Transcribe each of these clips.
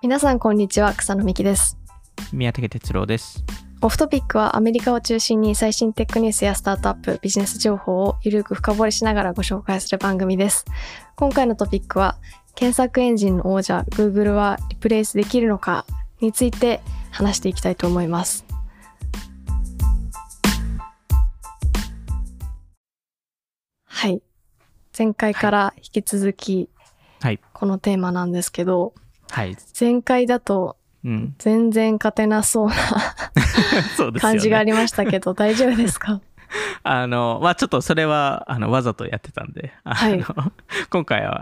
皆さんこんにちは、草野美希です。 宮武哲郎です。 オフトピックはアメリカを中心に最新テックニュースやスタートアップ、ビジネス情報をゆるく深掘りしながらご紹介する番組です。今回のトピックは検索エンジンの王者 Google はリプレイスできるのかについて話していきたいと思います。はい、前回から引き続き、このテーマなんですけど、前回だと全然勝てなそうな感じがありましたけど、大丈夫ですか？ ちょっとそれはわざとやってたんで、今回は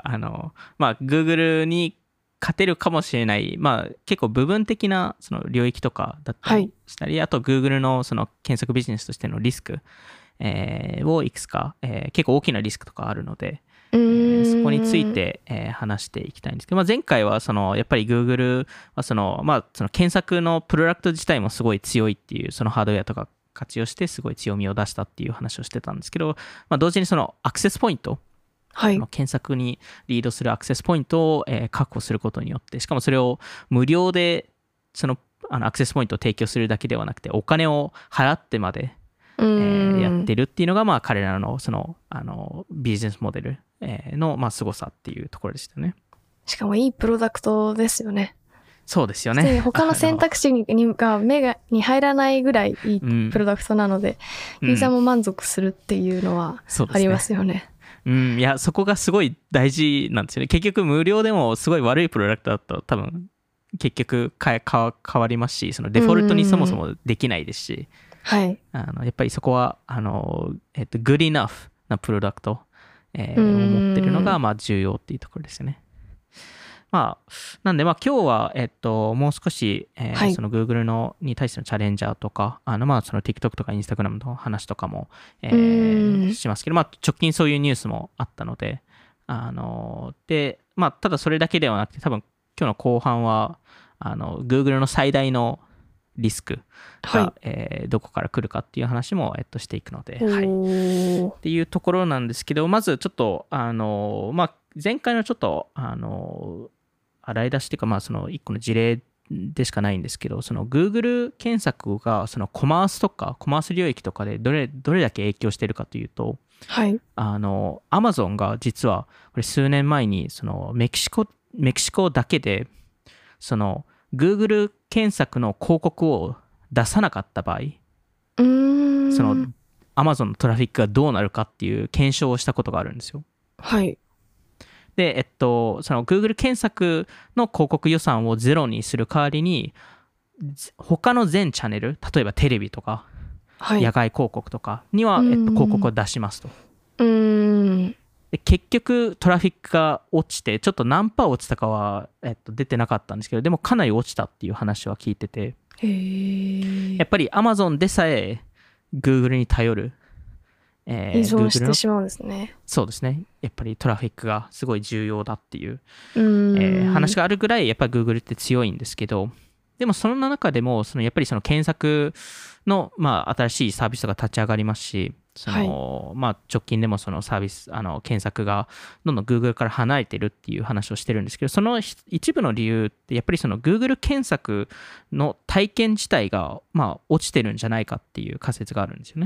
Google に勝てるかもしれない、結構部分的なその領域とかだったりしたり、あと Google のその検索ビジネスとしてのリスク、をいくつか、結構大きなリスクとかあるので、そこについて、話していきたいんですけど、前回はやっぱり Google はその検索のプロダクト自体もすごい強いっていう、そのハードウェアとか活用してすごい強みを出したっていう話をしてたんですけど、同時にそのアクセスポイント、検索にリードするアクセスポイントを、確保することによって、しかもそれを無料でそのアクセスポイントを提供するだけではなくて、お金を払ってまでやってるっていうのが彼らのそのビジネスモデルの凄さっていうところでしたね。 しかもいいプロダクトですよね。 そうですよね。 他の選択肢が目に入らないぐらいいいプロダクトなので、ユーザーも満足するっていうのはありますよね。 いや、そこがすごい大事なんですよね。結局無料でもすごい悪いプロダクトだと多分結局変わりますし、そのデフォルトにそもそもできないですし、やっぱりそこはgood enough なプロダクト、を持ってるのが重要っていうところですよね。なんで今日はもう少し、その Google に対してのチャレンジャーとかその TikTok とか Instagram の話とかも、しますけど、直近そういうニュースもあったので、でただそれだけではなくて、多分今日の後半はGoogle の最大のリスクが、どこから来るかっていう話も、していくので、っていうところなんですけど、まずちょっと前回のちょっと洗い出しっていうか、その1個の事例でしかないんですけど、その Google 検索がそのコマースとかコマース領域とかでどれだけ影響しているかというと、Amazon が実はこれ数年前にそのメキシコだけでそのGoogle 検索の広告を出さなかった場合、その Amazon のトラフィックがどうなるかっていう検証をしたことがあるんですよ。で、その Google 検索の広告予算をゼロにする代わりに、他の全チャンネル、例えばテレビとか、野外広告とかには、広告を出しますと。で結局トラフィックが落ちて、ちょっと何パー落ちたかは、出てなかったんですけど、でもかなり落ちたっていう話は聞いてて、やっぱり Amazon でさえ Google に頼る、 依存してしまうんですね。 そうですね。やっぱりトラフィックがすごい重要だっていう、話があるぐらいやっぱり Google って強いんですけど、でもその中でもやっぱりその検索の新しいサービスが立ち上がりますし、直近でもそのサービス検索がどんどん Google から離れてるっていう話をしてるんですけど、その一部の理由ってやっぱりその Google 検索の体験自体が落ちてるんじゃないかっていう仮説があるんですよね。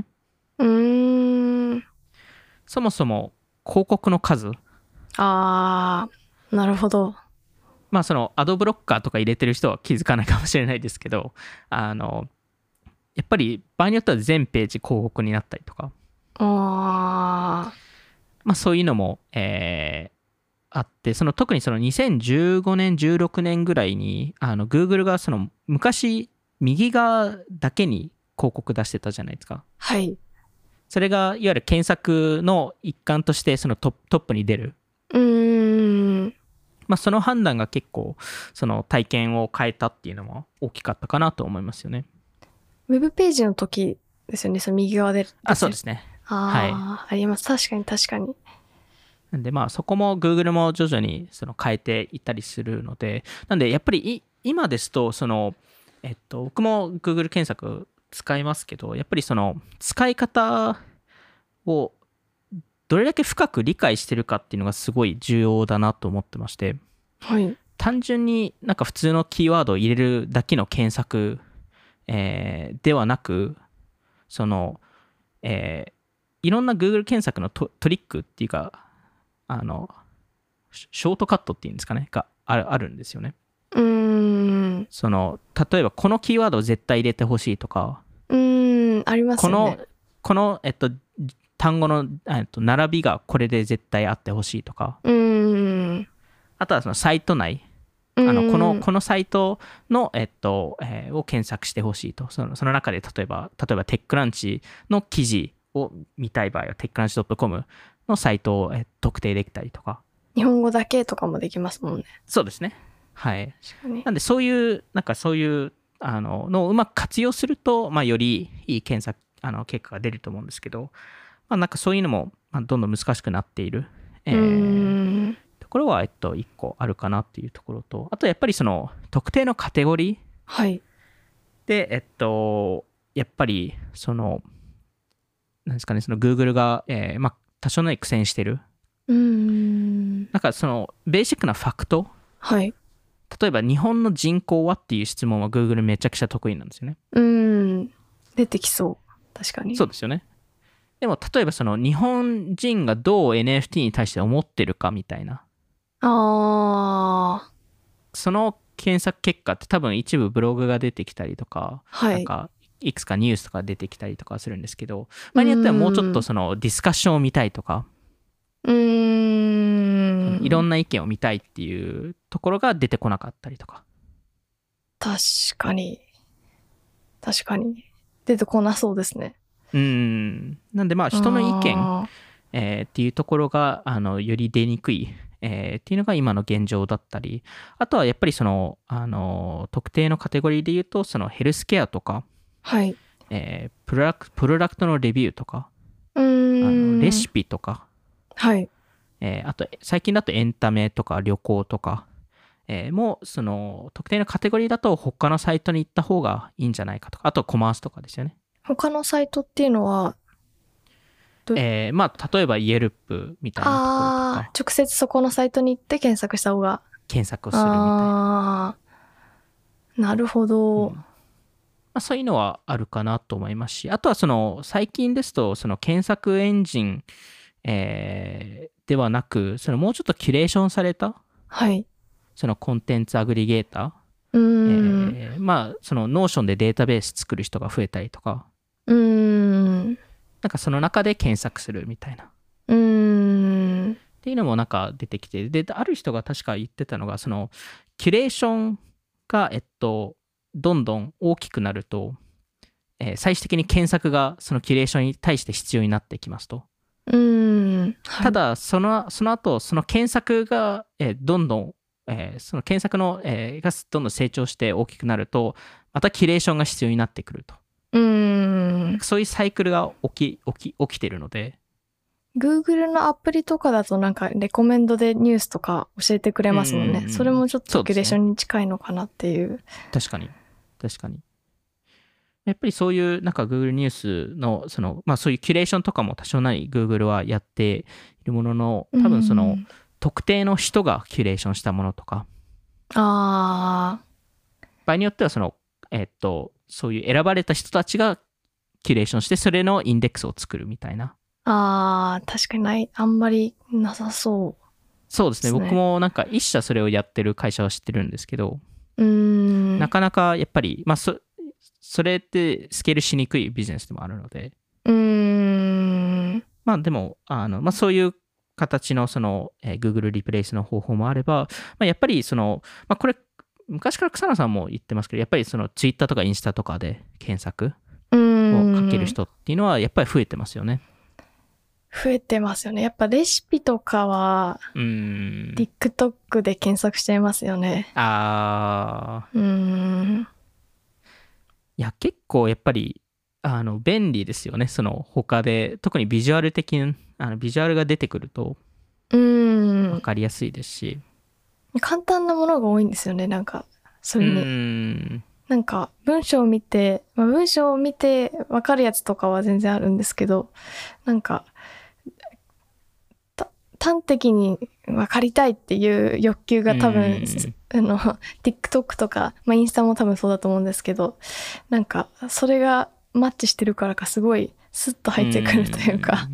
そもそも広告の数、 なるほど。 そのアドブロッカーとか入れてる人は気づかないかもしれないですけど、やっぱり場合によっては全ページ広告になったりとか、そういうのも、あって、特にその2015年16年ぐらいにGoogle がその昔右側だけに広告出してたじゃないですか。それがいわゆる検索の一環としてそのトップに出る。その判断が結構その体験を変えたっていうのも大きかったかなと思いますよね。 ウェブページの時ですよね、その右側で。 そうですね。 あります。確かに。 なんでそこも Google も徐々にその変えていったりするので、なんでやっぱり今ですと僕も Google 検索使いますけど、やっぱりその使い方をどれだけ深く理解してるかっていうのがすごい重要だなと思ってまして、 単純になんか普通のキーワードを入れるだけの検索、ではなく、その、いろんな Google 検索のトリックっていうか、ショートカットっていうんですかね、があるんですよね。その例えばこのキーワードを絶対入れてほしいとか、 ありますよね。 この単語の並びがこれで絶対あってほしいとか、あとはそのサイト内、このサイトの、を検索してほしいと、その中で例えばテックランチの記事を見たい場合はテックランチ .com のサイトを、特定できたりとか、 日本語だけとかもできますもんね。 そうですね。はい。なんでそういうのをうまく活用すると、まあ、よりいい検索結果が出ると思うんですけど、まあ、なんかそういうのもどんどん難しくなっている、ところは1個あるかなっていうところと、あとやっぱりその特定のカテゴリー、 はい、 でやっぱりそのなんですかね、その Google が、まあ、多少なり苦戦してる、なんかそのベーシックなファクト、 はい、 例えば日本の人口はっていう質問は Google めちゃくちゃ得意なんですよね。 出てきそう。確かに。 そうですよね。でも例えばその日本人がどう NFT に対して思ってるかみたいな。その検索結果って多分一部ブログが出てきたりとか、 はい、 なんかいくつかニュースとか出てきたりとかするんですけど、場合によってはもうちょっとそのディスカッションを見たいとか、いろんな意見を見たいっていうところが出てこなかったりとか。 確かに出てこなそうですね。 なんでまあ人の意見、っていうところがより出にくい、っていうのが今の現状だったり、あとはやっぱりその特定のカテゴリーで言うとそのヘルスケアとか、 はい、 プロダクトのレビューとか、レシピとか、 はい、 あと最近だとエンタメとか旅行とか、もうその特定のカテゴリーだと他のサイトに行った方がいいんじゃないかとか、あとコマースとかですよね。 他のサイトっていうのはまあ例えばイエルプみたいなところとか、 直接そこのサイトに行って検索した方が検索をするみたいな。 なるほど、 まあ、そういうのはあるかなと思いますし、あとはその最近ですとその検索エンジン、ではなく、そのもうちょっとキュレーションされた、 はい、 そのコンテンツアグリゲーター、まあそのノーションでデータベース作る人が増えたりとか、なんかその中で検索するみたいなっていうのもなんか出てきて、である人が確か言ってたのが、そのキュレーションがどんどん大きくなると、最終的に検索がそのキュレーションに対して必要になってきますと。ただその後その検索が、どんどん、その検索の、がどんどん成長して大きくなると、またキュレーションが必要になってくると。そういうサイクルが起きてるので、 Google のアプリとかだとなんかレコメンドでニュースとか教えてくれますもんね。それもちょっとキュレーションに近いのかなっていう。 確かにやっぱりそういうなんか Google ニュースのその、まあそういうキュレーションとかも多少なり Google はやっているものの、多分その特定の人がキュレーションしたものとか、場合によってはそのそういう選ばれた人たちがキュレーションしてそれのインデックスを作るみたいな。 確かにない、あんまりなさそう。 そうですね。僕もなんか一社それをやってる会社は知ってるんですけど、なかなかやっぱりまあそれってスケールしにくいビジネスでもあるので、まあでもまあそういう形のその、Google リプレイスの方法もあれば、まあ、やっぱりその、まあ、これ昔から草野さんも言ってますけど、やっぱりその Twitter とかインスタとかで検索をかける人っていうのはやっぱり増えてますよね。 増えてますよね。やっぱレシピとかは TikTok で検索しちゃいますよね。 いや結構やっぱり便利ですよね。その他で特にビジュアル的にビジュアルが出てくると分かりやすいですし、 簡単なものが多いんですよね。なんかそれになんか文章を見て分かるやつとかは全然あるんですけど、なんか端的に分かりたいっていう欲求が多分、TikTok とか、インスタも多分そうだと思うんですけど、なんかそれがマッチしてるからかすごいスッと入ってくるというか。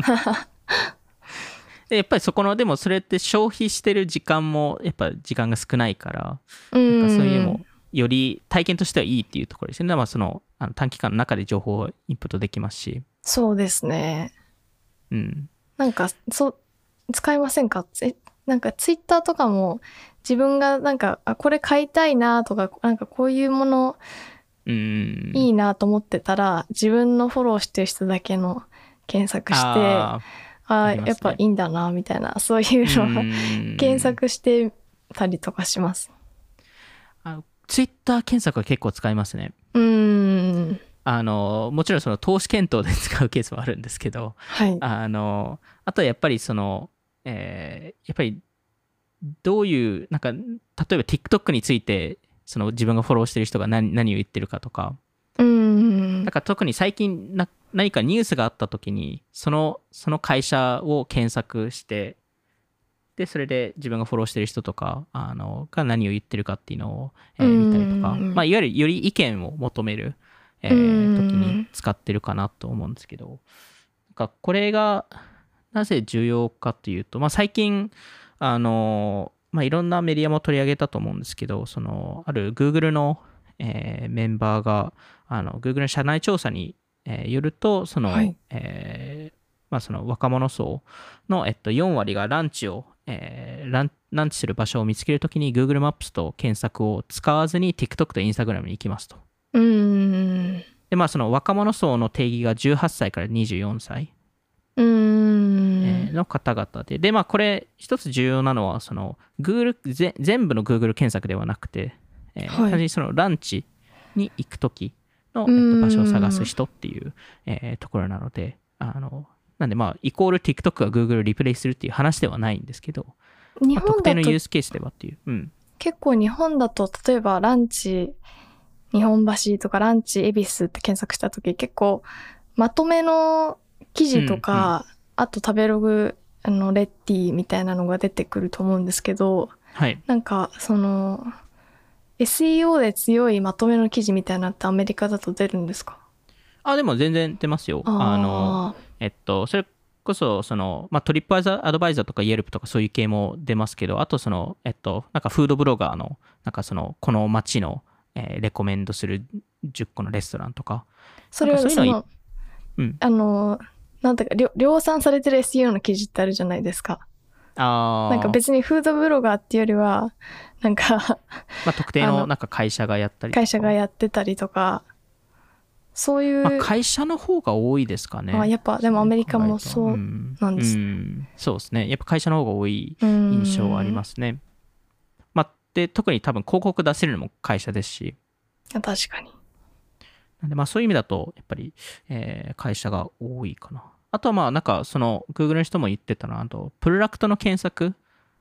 でやっぱりそこのでもそれって消費してる時間もやっぱ時間が少ないから、なんかそういうのもより体験としてはいいっていうところですね。その短期間の中で情報をインプットできますし。 そうですね。なんか使いませんか？なんかツイッターとかも自分がなんかこれ買いたいなとか、なんかこういうものいいなと思ってたら、自分のフォローしてる人だけの検索して、やっぱいいんだなみたいな、そういうのを検索してたりとかします。 ツイッター検索は結構使いますね。もちろんその投資検討で使うケースもあるんですけど、 はい、 あとはやっぱりその、やっぱりどういうなんか例えば TikTok についてその自分がフォローしてる人が何を言ってるかとか、なんか特に最近何かニュースがあった時にその会社を検索して、でそれで自分がフォローしてる人とかが何を言ってるかっていうのを、見たりとか、いわゆるより意見を求める時に使ってるかなと思うんですけど、なんかこれがなぜ重要かというと、最近いろんなメディアも取り上げたと思うんですけど、ある Google の、メンバーがGoogle の社内調査に、よるとその若者層の、4割がランチする場所を見つけるときに Google マップスと検索を使わずに TikTok と Instagram に行きますと。でその若者層の定義が18歳から24歳の方々で、これ一つ重要なのはGoogle 全部の Google 検索ではなくて、単純にそのランチに行くときの、場所を探す人っていう、ところなので、なんでイコール TikTok が Google をリプレイするっていう話ではないんですけど、特定のユースケースではっていう。 結構日本だと例えばランチ日本橋とかランチ恵比寿って検索したとき結構まとめの記事とか、あと食べログレッティみたいなのが出てくると思うんですけど、なんかSEO で強いまとめの記事みたいなのってアメリカだと出るんですか？ でも全然出ますよ。それこそトリップアドバイザーとかイエルプとかそういう系も出ますけど、あとなんかフードブロガーのなんかこの街の、レコメンドする10個のレストランとか、 それはなんていうか量産されてる SEO の記事ってあるじゃないですか。なんか別にフードブロガーっていうよりはなんか特定のなんか会社がやったりとか、 会社がやってたりとか、そういう、 会社の方が多いですかね。 やっぱでもアメリカもそうなんです。 そうですね。やっぱ会社の方が多い印象はありますね。で特に多分広告出せるのも会社ですし。 確かに。 なんでそういう意味だとやっぱり、会社が多いかな。あとはなんかGoogle の人も言ってたのはプロダクトの検索、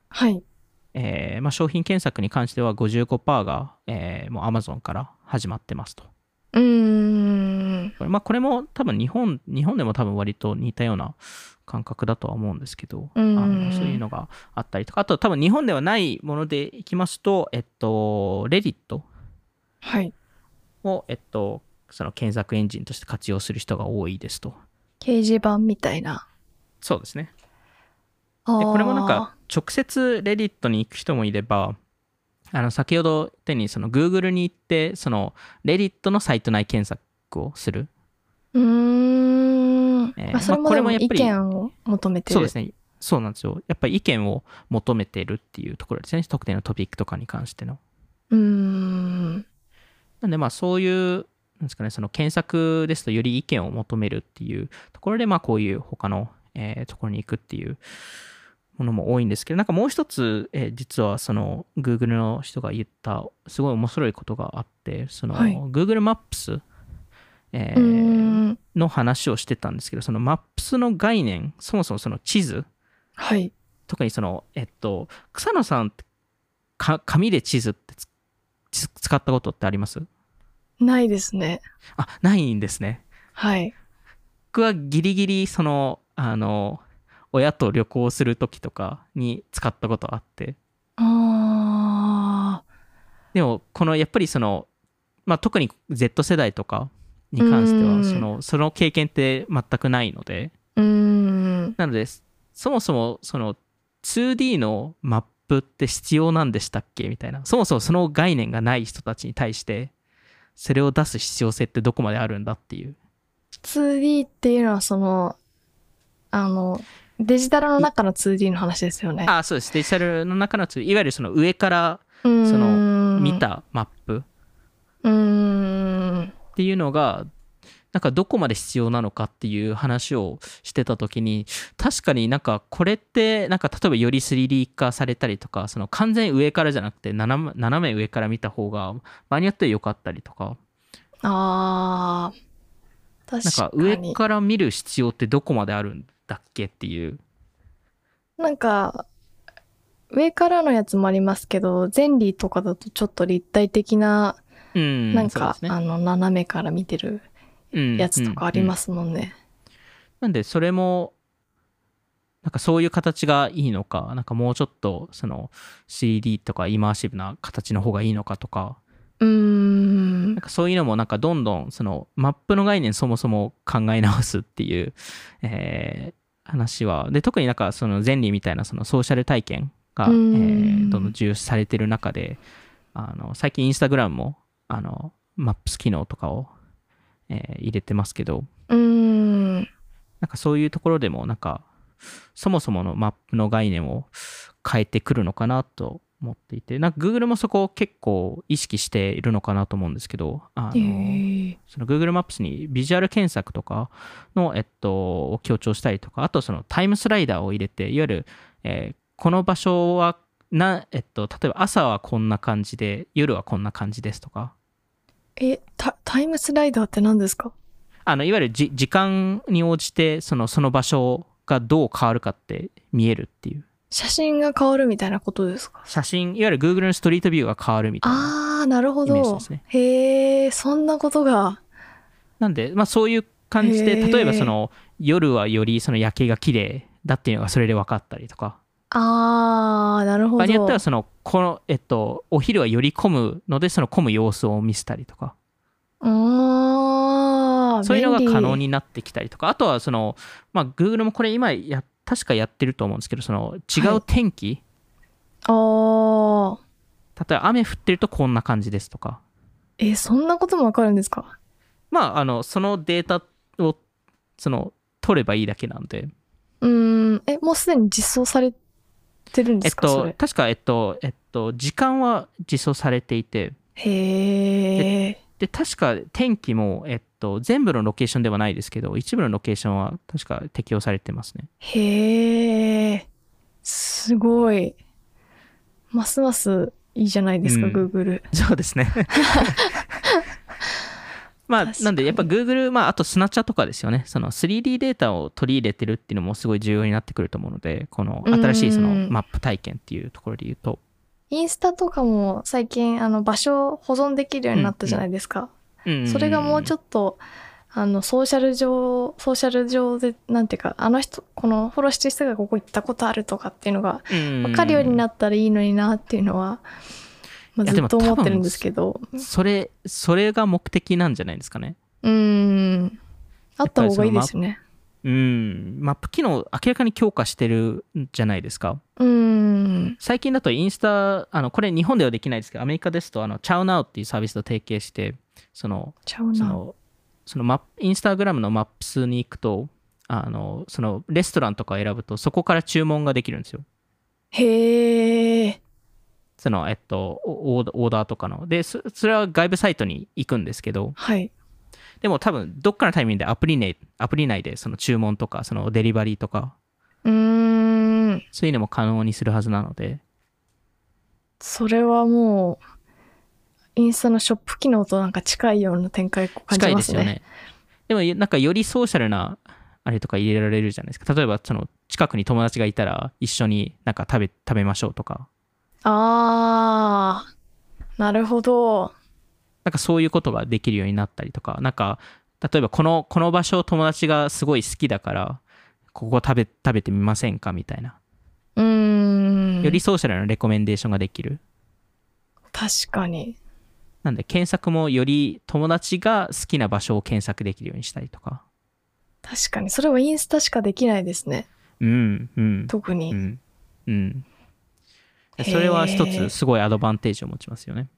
商品検索に関しては 55% が、もう Amazon から始まってますと。これも多分日本でも多分割と似たような感覚だとは思うんですけど、そういうのがあったりとか、あと多分日本ではないものでいきますと、Reddit を、その検索エンジンとして活用する人が多いですと。 掲示板みたいな。 そうですね。でこれもなんか直接 Reddit に行く人もいれば、先ほど言ったようにGoogle に行ってReddit のサイト内検索をする。 それもでも意見を求めてる。 そうですね。そうなんですよ。やっぱり意見を求めてるっていうところですね。特定のトピックとかに関しての。なんでそういうなんですかね、検索ですとより意見を求めるっていうところでこういう他の、ところに行くっていうものも多いんですけど、なんかもう一つ、実はGoogle の人が言ったすごい面白いことがあって、Google マップス、の話をしてたんですけど、マップスの概念、そもそも地図、特に草野さんって紙で地図って使ったことってあります？ ないですね。 ないんですね。僕はギリギリ親と旅行する時とかに使ったことあって。でもこのやっぱりその、まあ、特に Z 世代とかに関してはその経験って全くないので、なのでそもそもその 2D のマップって必要なんでしたっけみたいな、そもそもその概念がない人たちに対してそれを出す必要性ってどこまであるんだっていう。 2D っていうのはそのデジタルの中の 2D の話ですよね。 そうです。デジタルの中の 2D、 いわゆるその上からその見たマップっていうのがなんかどこまで必要なのかっていう話をしてた時に、確かになんかこれってなんか例えばより 3D 化されたりとか、その完全上からじゃなくて斜め上から見た方が場合によっては良かったりとか。 確かに。 なんか上から見る必要ってどこまであるんだっけっていう。 なんか上からのやつもありますけど、ゼンリーとかだとちょっと立体的な、なんか、ね、斜めから見てるやつとかありますもんね。 なんでそれもなんかそういう形がいいのか、なんかもうちょっとその 3D とかイマーシブな形の方がいいのかとか、なんかそういうのもなんかどんどんそのマップの概念そもそも考え直すっていう、話はで、特になんかそのゼンリーみたいなそのソーシャル体験が、どんどん重視されてる中で、最近インスタグラムもマップス機能とかを、入れてますけど、なんかそういうところでもなんかそもそものマップの概念を変えてくるのかなと思っていて、なんか Google もそこを結構意識しているのかなと思うんですけど、その Google マップスにビジュアル検索とかの、を強調したりとか、あとそのタイムスライダーを入れて、いわゆる、この場所は例えば朝はこんな感じで夜はこんな感じですとか。 タイムスライダーって何ですか？ いわゆる時間に応じてその場所がどう変わるかって見えるっていう。 写真が変わるみたいなことですか？ 写真、いわゆる Google のストリートビューが変わるみたいな。 なるほど。イメージですね。へえ、そんなことが。 なんで、まあそういう感じで、例えばその夜はよりその夜景が綺麗だっていうのがそれで分かったりとか。 なるほど。 場合によってはそのお昼はより混むので、その混む様子を見せたりとか。そういうのが可能になってきたりとか、あとはその、まあ Google もこれ今確かやってると思うんですけど、その違う天気、例えば雨降ってるとこんな感じですとか。 そんなこともわかるんですか？ まあそのデータをその取ればいいだけなんで。 もうすでに実装されてるんですか？ 確か時間は実装されていて、で確か天気も全部のロケーションではないですけど、一部のロケーションは確か適用されてますね。 すごい。ますますいいじゃないですか、Google。 そうですね。まあなんでやっぱ Google、まああとスナチャとかですよね。その 3D データを取り入れてるっていうのもすごい重要になってくると思うので、この新しいそのマップ体験っていうところで言うと。 インスタとかも最近場所を保存できるようになったじゃないですか。それがもうちょっとソーシャル上でなんていうか、このフォローしてる人がここ行ったことあるとかっていうのが分かるようになったらいいのになっていうのは、まあ、ずっと思ってるんですけど、 それが目的なんじゃないですかね。 あった方がいいですよね。 マップ機能明らかに強化してるんじゃないですか。最近だとインスタ、これ日本ではできないですけど、アメリカですとチャウナウっていうサービスと提携して、インスタグラムのマップスに行くと、そのレストランとかを選ぶと、そこから注文ができるんですよ。 へー。 その、オーダーとかの。で、それは外部サイトに行くんですけど、 はい。 でも多分、どっかのタイミングでアプリ内でその注文とか、そのデリバリーとか、そういうのも可能にするはずなので。 それはもう、インスタのショップ機能となんか近いような展開を感じますね。近いですよね。 でもなんかよりソーシャルなあれとか入れられるじゃないですか。例えばその近くに友達がいたら一緒になんか食べましょうとか。 なるほど。 なんかそういうことができるようになったりとか、なんか例えばこの場所を友達がすごい好きだからここ食べてみませんかみたいな。よりソーシャルなレコメンデーションができる。 確かに。 なんで検索もより友達が好きな場所を検索できるようにしたりとか。 確かに。それはインスタしかできないですね。特に。 それは一つすごいアドバンテージを持ちますよね。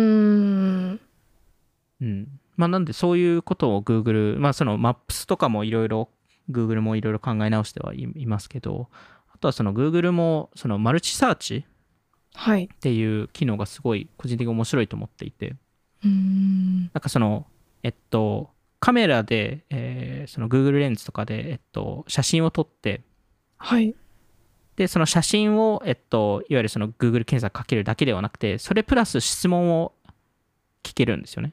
なんでそういうことを Google、その Maps とかもいろいろ Google もいろいろ考え直してはいますけど、あとはその Google もそのマルチサーチっていう機能がすごい個人的に面白いと思っていて、なんかそのカメラで、その Google レンズとかで、写真を撮って、でその写真を、いわゆるその Google 検索かけるだけではなくて、それプラス質問を聞けるんですよね。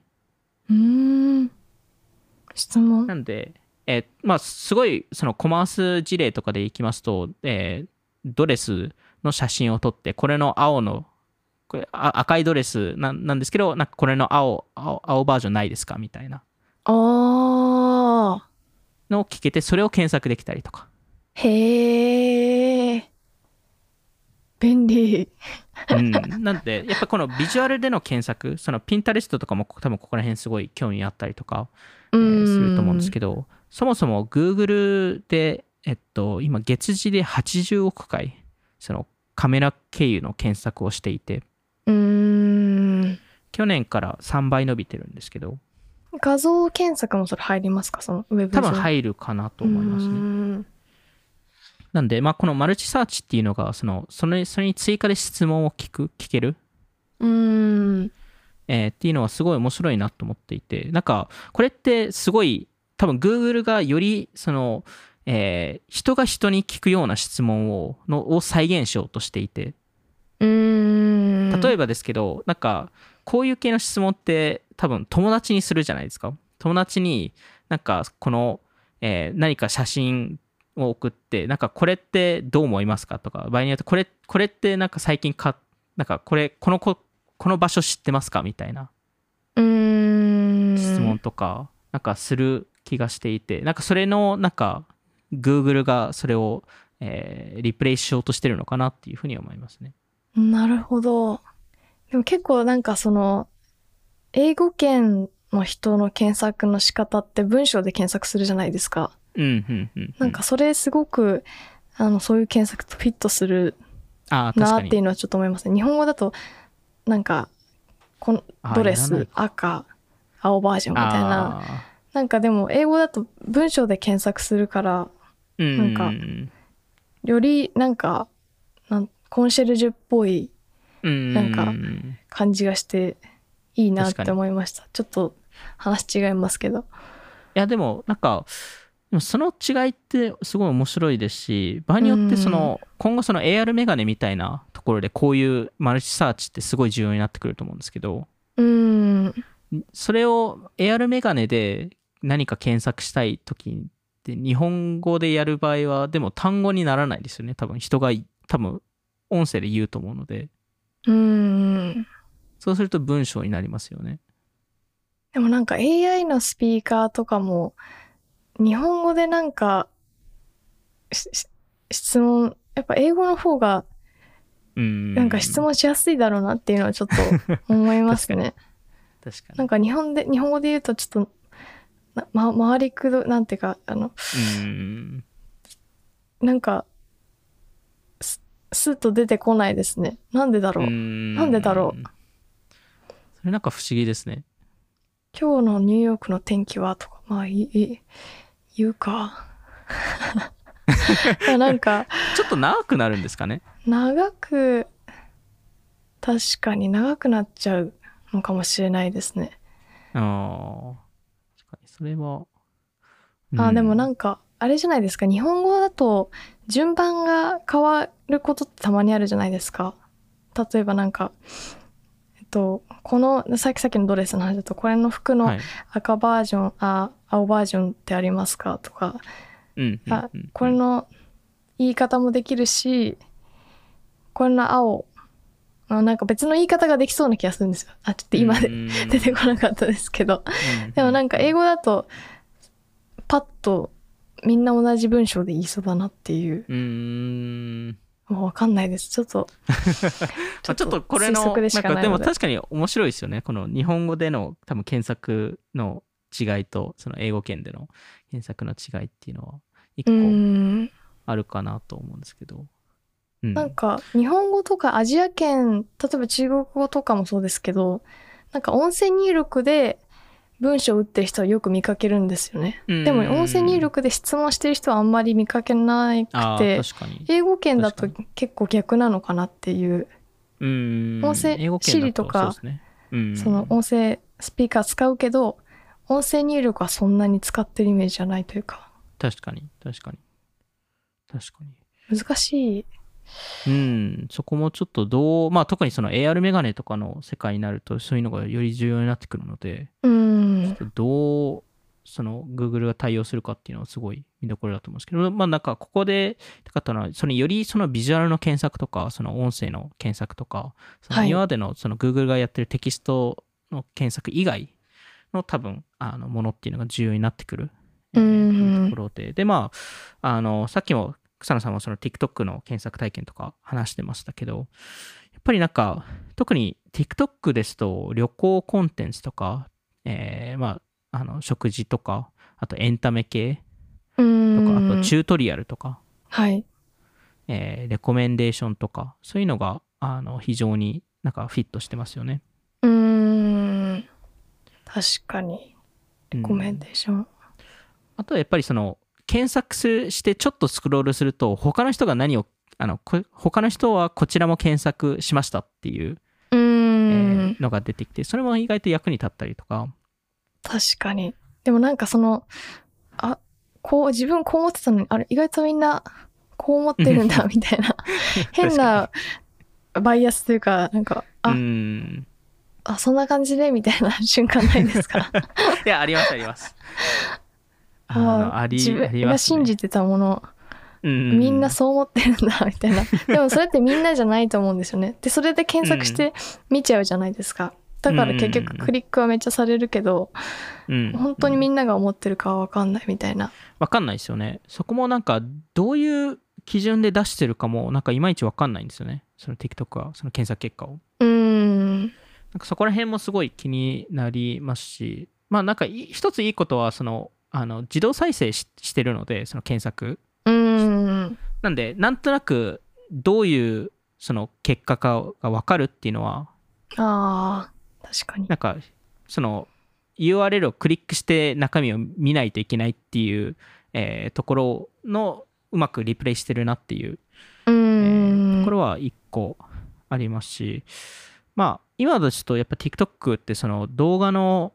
質問なんで、すごいそのコマース事例とかでいきますと、ドレスの写真を撮って、これのこれ赤いドレスなんですけど、なんかこれの青バージョンないですかみたいなのを聞けて、それを検索できたりとか。 へー、便利。 なんでやっぱこのビジュアルでの検索、そのピンタレストとかも多分ここら辺すごい興味あったりとか、すると思うんですけど、そもそも Google で、今月次で80億回そのカメラ経由の検索をしていて、去年から3倍伸びてるんですけど、 画像検索もそれ入りますか？そのウェブ上多分入るかなと思いますね。なんで、このマルチサーチっていうのがそれに追加で質問を聞けるっていうのはすごい面白いなと思っていて、なんかこれってすごい多分 Google がより人が人に聞くような質問を再現しようとしていて、例えばですけど、なんかこういう系の質問って多分友達にするじゃないですか。友達になんか何か写真を送って、なんかこれってどう思いますかとか、場合によってこれってなんか最近なんかこの場所知ってますかみたいな質問とかなんかする気がしていて、なんかそれのなんか Google がそれを、リプレイしようとしてるのかなっていうふうに思いますね。 なるほど。でも結構なんか英語圏の人の検索の仕方って文章で検索するじゃないですか。なんかそれすごくそういう検索とフィットするなっていうのはちょっと思いますね。日本語だとなんかドレス赤青バージョンみたいな、なんかでも英語だと文章で検索するから、なんかよりなんかコンシェルジュっぽいなんか感じがしていいなって思いました。ちょっと話違いますけど。いやでもなんかその違いってすごい面白いですし、場合によって今後その AR メガネみたいなところでこういうマルチサーチってすごい重要になってくると思うんですけど、それを AR メガネで何か検索したい時って日本語でやる場合はでも単語にならないですよね。多分音声で言うと思うので、そうすると文章になりますよね。 でもなんか AI のスピーカーとかも日本語でなんか質問、やっぱ英語の方がなんか質問しやすいだろうなっていうのはちょっと思いますね。 確かに。 なんか日本語で言うとちょっと回りくどなんていうかなんかスッと出てこないですね。なんでだろう。 それなんか不思議ですね。 今日のニューヨークの天気はとか言うか。なんかちょっと長くなるんですかね。 確かに長くなっちゃうのかもしれないですね。 確かにそれは。 でもなんかあれじゃないですか。日本語だと順番が変わることってたまにあるじゃないですか。例えばなんかこのさっきのドレスの話だとこれの服の赤バージョン、青バージョンってありますかとか、これの言い方もできるし、これの青なんか別の言い方ができそうな気がするんですよ。ちょっと今で出てこなかったですけど、でもなんか英語だとパッとみんな同じ文章で言いそうだなっていう。もう分かんないです。ちょっとちょっとこれのなんかでも確かに面白いですよね。この日本語での多分検索の違いとその英語圏での検索の違いっていうのは一個あるかなと思うんですけど、 なんか日本語とかアジア圏、例えば中国語とかもそうですけど、なんか音声入力で文章を打ってる人はよく見かけるんですよね。でも音声入力で質問してる人はあんまり見かけなくて、英語圏だと結構逆なのかなっていう。音声シリとか、その音声スピーカー使うけど、音声入力はそんなに使ってるイメージじゃないというか。 確かに。 難しい。 そこもちょっと特にその AR メガネとかの世界になるとそういうのがより重要になってくるので、ちょっとどうその Google が対応するかっていうのはすごい見どころだと思うんですけど、なんかここでかったのは、そのよりそのビジュアルの検索とか、その音声の検索とか、その今までのその Google がやってるテキストの検索以外の多分ものっていうのが重要になってくるところで、でさっきも草野さんはその TikTok の検索体験とか話してましたけど、やっぱりなんか特に TikTok ですと旅行コンテンツとか、食事とか、あとエンタメ系とか、あとチュートリアルとか、レコメンデーションとか、そういうのが非常になんかフィットしてますよね。 確かに。レコメンデーション。 あとはやっぱりその検索してちょっとスクロールすると他の人が他の人はこちらも検索しましたっていうのが出てきて、それも意外と役に立ったりとか。 確かに。でもなんか自分こう思ってたのに、意外とみんなこう思ってるんだみたいな変なバイアスというか、なんかそんな感じでみたいな瞬間ないですか？ いや、あります自分が信じてたもの、みんなそう思ってるんだみたいな。でもそれってみんなじゃないと思うんですよね。でそれで検索して見ちゃうじゃないですか。だから結局クリックはめっちゃされるけど、本当にみんなが思ってるかは分かんないみたいな。 分かんないですよね。そこもなんかどういう基準で出してるかもなんかいまいち分かんないんですよね。その TikTok はその検索結果を。なんかそこら辺もすごい気になりますし、なんか一ついいことはその自動再生 してるので、その検索。なんでなんとなくどういうその結果かが分かるっていうのは。 確かに。 なんかその URL をクリックして中身を見ないといけないっていう、ところのうまくリプレイしてるなっていう、ところは一個ありますし、今だとやっぱ TikTok ってその動画の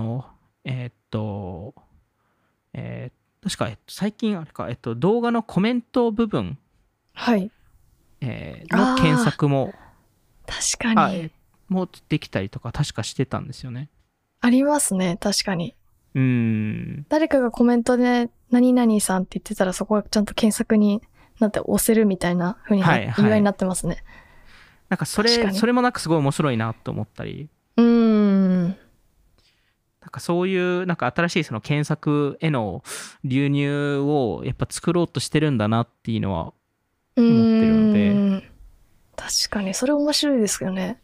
確か最近あれか動画のコメント部分、の検索も確かにもできたりとか確かしてたんですよね。 ありますね、確かに。誰かがコメントで何々さんって言ってたらそこがちゃんと検索になって押せるみたいな風にUIになってますね。 なんかそれもなんかすごい面白いなと思ったり。なんかそういうなんか新しいその検索への流入をやっぱ作ろうとしてるんだなっていうのは思ってるので。 確かにそれ面白いですよね。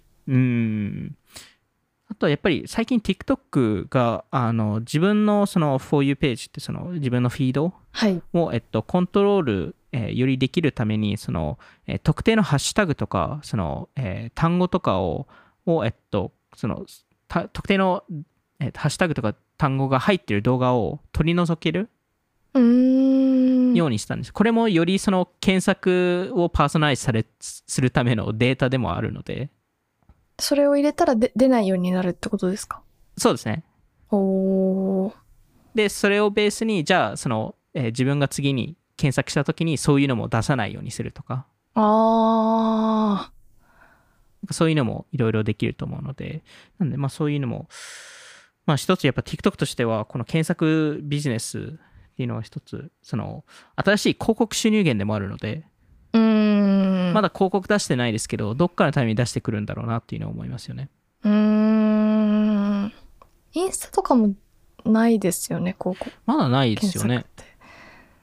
あとはやっぱり最近 TikTok が自分のその For You ページってその自分のフィードを、コントロール、よりできるためにその、特定のハッシュタグとかその、単語とかをその特定の、ハッシュタグとか単語が入っている動画を取り除けるようにしたんです。これもよりその検索をパーソナライズするためのデータでもあるので。 それを入れたら出ないようになるってことですか？ そうですね。でそれをベースにじゃあその、自分が次に検索した時にそういうのも出さないようにするとか。そういうのもいろいろできると思うので、なんでそういうのも一つやっぱ TikTok としてはこの検索ビジネスっていうのは一つその新しい広告収入源でもあるので。まだ広告出してないですけど、どっかのタイミングで出してくるんだろうなっていうのを思いますよね。 インスタとかもないですよね、広告。 まだないですよね。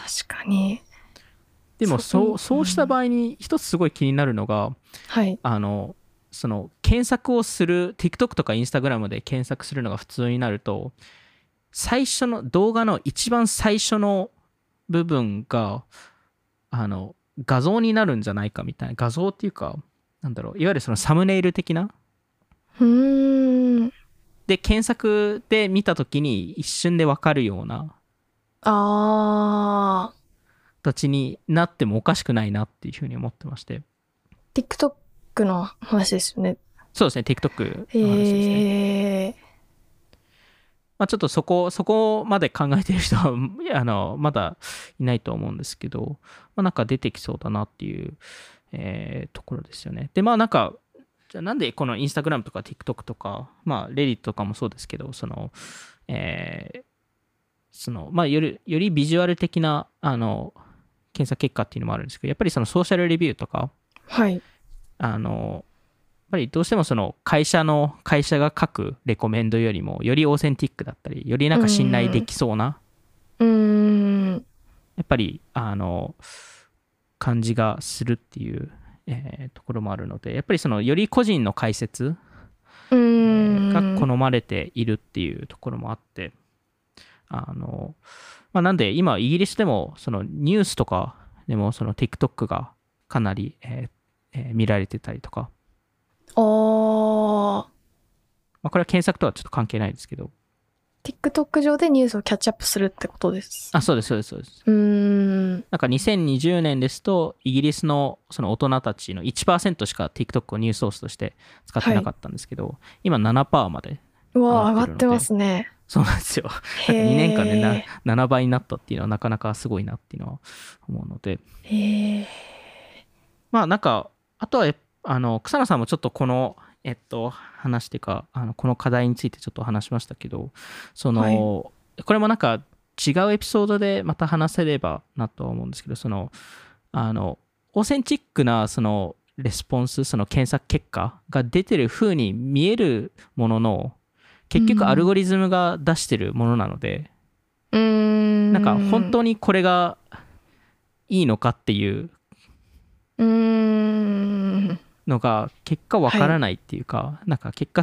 確かに。 でもそうした場合に一つすごい気になるのが、 はい、 その検索をする TikTok とか Instagram で検索するのが普通になると、最初の動画の一番最初の部分が画像になるんじゃないかみたいな、画像っていうかなんだろう、いわゆるそのサムネイル的なで検索で見た時に一瞬で分かるような形になってもおかしくないなっていうふうに思ってまして。 TikTok の話ですよね。 そうですね、 TikTok の話ですね。まあ、ちょっとそこまで考えてる人はまだいないと思うんですけど、まあ、なんか出てきそうだなっていう、ところですよね。でまあなんかじゃあなんでこのインスタグラムとか TikTok とか、まあ、レディットとかもそうですけど、まあ、よりビジュアル的な検索結果っていうのもあるんですけど、やっぱりそのソーシャルレビューとか、 はい、 やっぱりどうしてもその会社が書くレコメンドよりもよりオーセンティックだったり、よりなんか信頼できそうな、やっぱり感じがするっていう、ところもあるので、やっぱりそのより個人の解説が好まれているっていうところもあって、まあ、なんで今イギリスでもそのニュースとかでもその TikTok がかなり、見られてたりとか、まあ、これは検索とはちょっと関係ないですけど、 TikTok 上でニュースをキャッチアップするってことです。 そうです。なんか2020年ですとイギリスのその大人たちの 1% しか TikTok をニュースソースとして使ってなかったんですけど、今 7% まで上がってますね。 そうなんですよ。なんか2年間で7倍になったっていうのはなかなかすごいなっていうのは思うので、まあなんかあとは草野さんもちょっとこの話っていうかこの課題についてちょっと話しましたけど、これもなんか違うエピソードでまた話せればなとは思うんですけど、オーセンティックなそのレスポンス、その検索結果が出てる風に見えるものの、結局アルゴリズムが出してるものなので、なんか本当にこれがいいのかっていうのが結果わからないっていうか、なんか結果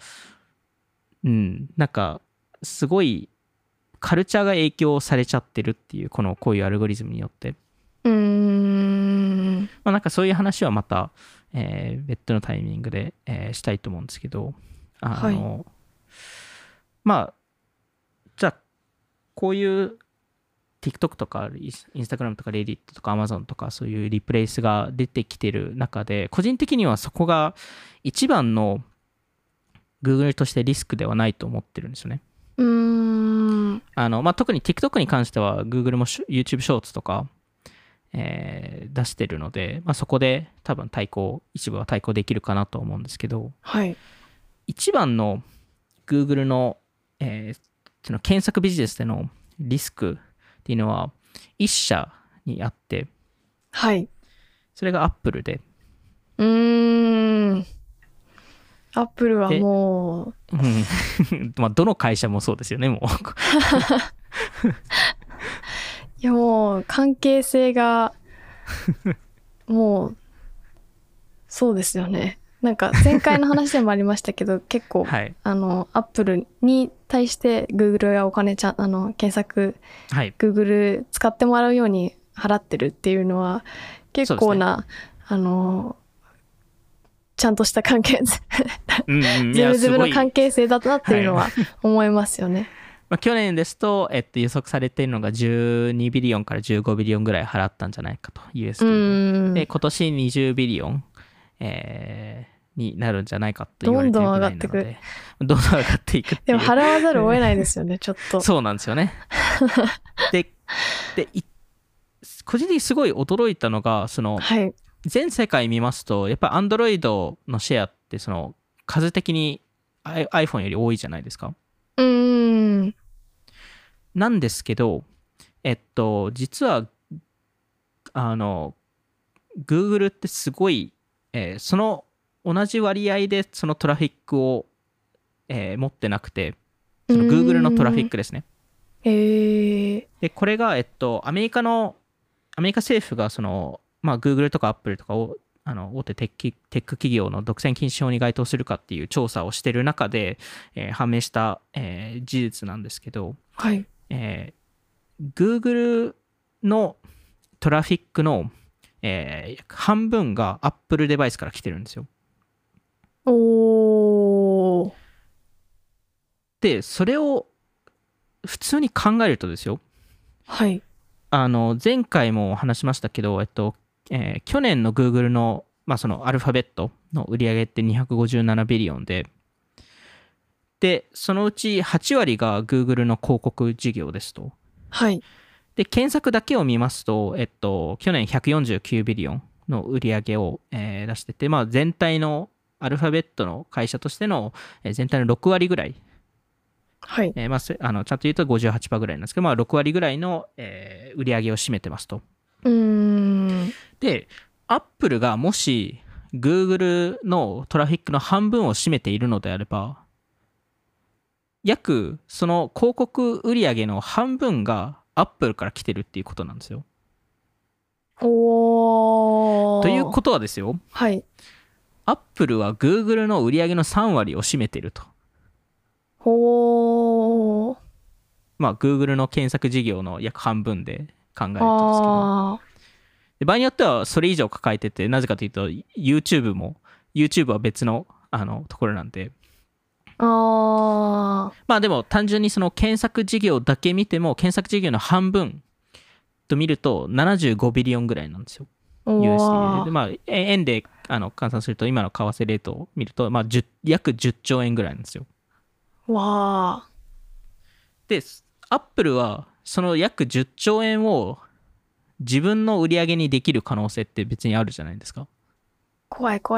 なんかすごいカルチャーが影響されちゃってるっていう、こういうアルゴリズムによって、まあ、なんかそういう話はまた、別のタイミングで、したいと思うんですけど、まあじゃあこういう TikTok とか Instagram とか Reddit とか Amazon とかそういうリプレイスが出てきてる中で、個人的にはそこが一番の Google としてリスクではないと思ってるんですよね。まあ、特に TikTok に関しては Google も YouTube ショーツとか、出してるので、まあ、そこで多分一部は対抗できるかなと思うんですけど、一番の Google の、その検索ビジネスでのリスクっていうのは一社にあって、それが Apple で、 Apple はもう、 まあどの会社もそうですよね、もう。 いやもう関係性がもうそうですよね。なんか前回の話でもありましたけど結構、アップルに対して Google がお金検索、Google 使ってもらうように払ってるっていうのは結構な、ちゃんとした関係ズブの関係性だったなっていうのは思いますよね。 まあ、去年ですと、予測されているのが12ビリオンから15ビリオンぐらい払ったんじゃないかと USD で、今年20ビリオン、になるんじゃないかと言われているぐらいなので、どんどん上がっていくっていう。 でも払わざるを得ないですよね、ちょっと。 そうなんですよね。で個人的にすごい驚いたのが、全世界見ますとやっぱり Android のシェアって数的に iPhone より多いじゃないですか。なんですけど、実はGoogle ってすごい、その同じ割合でそのトラフィックを、持ってなくて、その Google のトラフィックですね。 でこれが、アメリカ政府がGoogle とか Apple とかを大手テック企業の独占禁止法に該当するかっていう調査をしている中で、判明した、事実なんですけど、 はい。 Google のトラフィックの、半分が Apple デバイスから来てるんですよ。 おー。 で、それを普通に考えるとですよ。 はい。 前回も話しましたけど、去年の Google の、そのアルファベットの売り上げって257ビリオンで、そのうち8割が Google の広告事業ですと。 はい。 で、検索だけを見ますと、去年149ビリオンの売り上げを、出してて、全体のアルファベットの会社としての、全体の6割ぐらい。 はい。 ちゃんと言うと 58% ぐらいなんですけど、6割ぐらいの、売り上げを占めてますと。で、Apple がもし Google のトラフィックの半分を占めているのであれば、約その広告売上の半分が Apple から来てるっていうことなんですよ。 おー。 ということはですよ。 はい。 Apple は Google の売上の3割を占めてると。 ほー。 Google の検索事業の約半分で考えるとですけど。で場合によってはそれ以上抱えてて、なぜかというと YouTube は別のところなんで。でも単純にその検索事業だけ見ても、検索事業の半分と見ると75ビリオンぐらいなんですよ。USD で。円で換算すると今の為替レートを見ると、約10兆円ぐらいなんですよ。 わー。で、Apple はその約10兆円を自分の売り上げにできる可能性って別にあるじゃないですか。 怖い。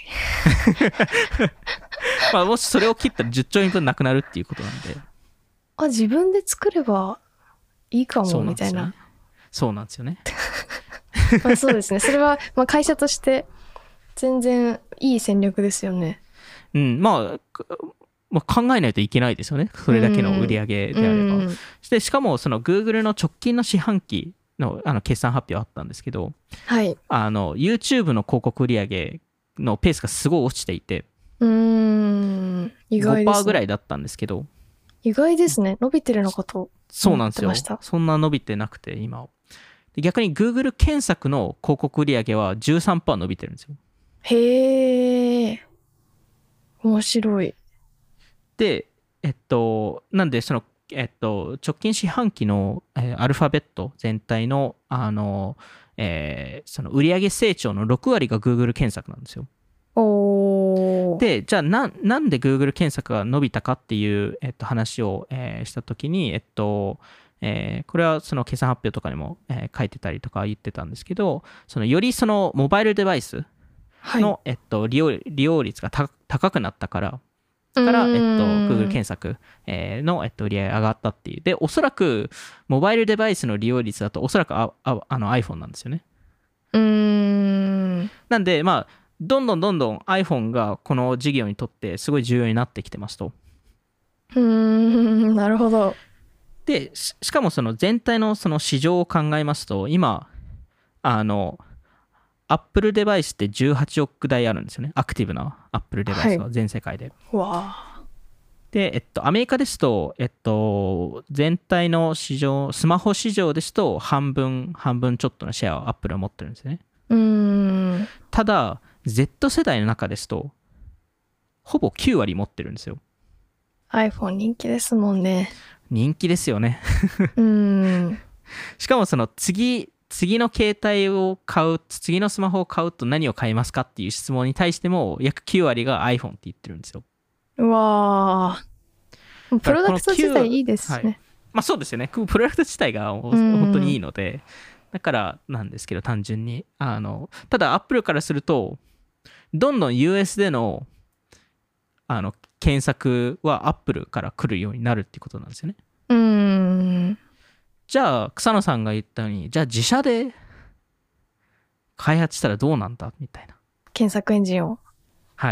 もしそれを切ったら10兆円分なくなるっていうことなんで。 自分で作ればいいかも、みたいな。 そうなんですよね。 そうですね。それは、会社として全然いい戦略ですよね。 考えないといけないですよね。それだけの売り上げであれば。で、しかもその Google の直近の四半期の決算発表あったんですけど、 はい。 YouTube の広告売上のペースがすごい落ちていて、 意外ですね。 5% ぐらいだったんですけど、 意外ですね。伸びてるのかと思ってました。 そうなんですよ。そんな伸びてなくて、今で逆に Google 検索の広告売上は 13% 伸びてるんですよ。 へー。面白い。 で、なんでその直近四半期の、アルファベット全体の、その売上成長の6割が Google 検索なんですよ。で、じゃあなんで Google 検索が伸びたかっていう、話を、したときに、これはその決算発表とかにも、書いてたりとか言ってたんですけど、よりそのモバイルデバイスの、利用率が高くなったから、Google 検索の売り上げ上がったっていう。で、おそらく、モバイルデバイスの利用率だと、おそらくiPhone なんですよね。なんで、どんどん iPhone がこの事業にとってすごい重要になってきてますと。 なるほど。 で、しかもその全体のその市場を考えますと、今、Apple デバイスって18億台あるんですよね。アクティブな Apple デバイスは全世界で。で、アメリカですと、全体の市場、スマホ市場ですと半分ちょっとのシェアを Apple は持ってるんですよね。ただ、Z 世代の中ですと、ほぼ9割持ってるんですよ。 iPhone 人気ですもんね。 人気ですよね。しかもその次の携帯を買う、次のスマホを買うと何を買いますかっていう質問に対しても約9割が iPhone って言ってるんですよ。 うわー。プロダクト自体いいですね。 そうですよね。プロダクト自体が本当にいいので、だからなんですけど、単純に。ただ Apple からすると、どんどん US での検索は Apple から来るようになるっていうことなんですよね。じゃあ草野さんが言ったように、じゃあ自社で開発したらどうなんだみたいな。 検索エンジンを。 はい。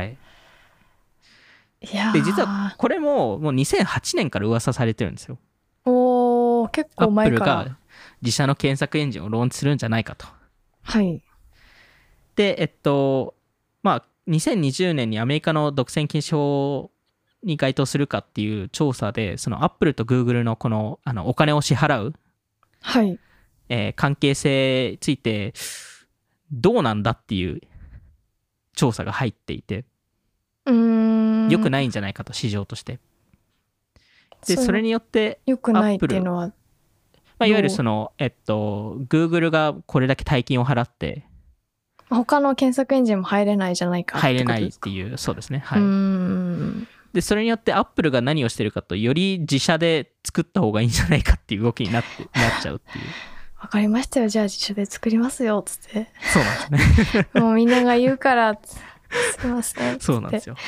いやで実はこれもう2008年から噂されてるんですよ。 結結構前から。 Apple が自社の検索エンジンをローンチするんじゃないかと。 はい。 で、まあ、2020年にアメリカの独占禁止法に該当するかっていう調査で、その Apple と Google のこの、お金を支払う、 はい。 関係性について、どうなんだっていう調査が入っていて、良くないんじゃないかと、市場として。で、それによって、 良くないっていうのは、 まあ、いわゆるその、Google がこれだけ大金を払って、 他の検索エンジンも入れないじゃないかってことですか。 入れないっていう、そうですね。はい。で、それによって Apple が何をしてるかと、より自社で作った方がいいんじゃないかっていう動きになっちゃうっていう。 わかりましたよ。じゃあ自社で作りますよ、つって。 そうなんですね。 もうみんなが言うから、すいません。 そうなんですよ。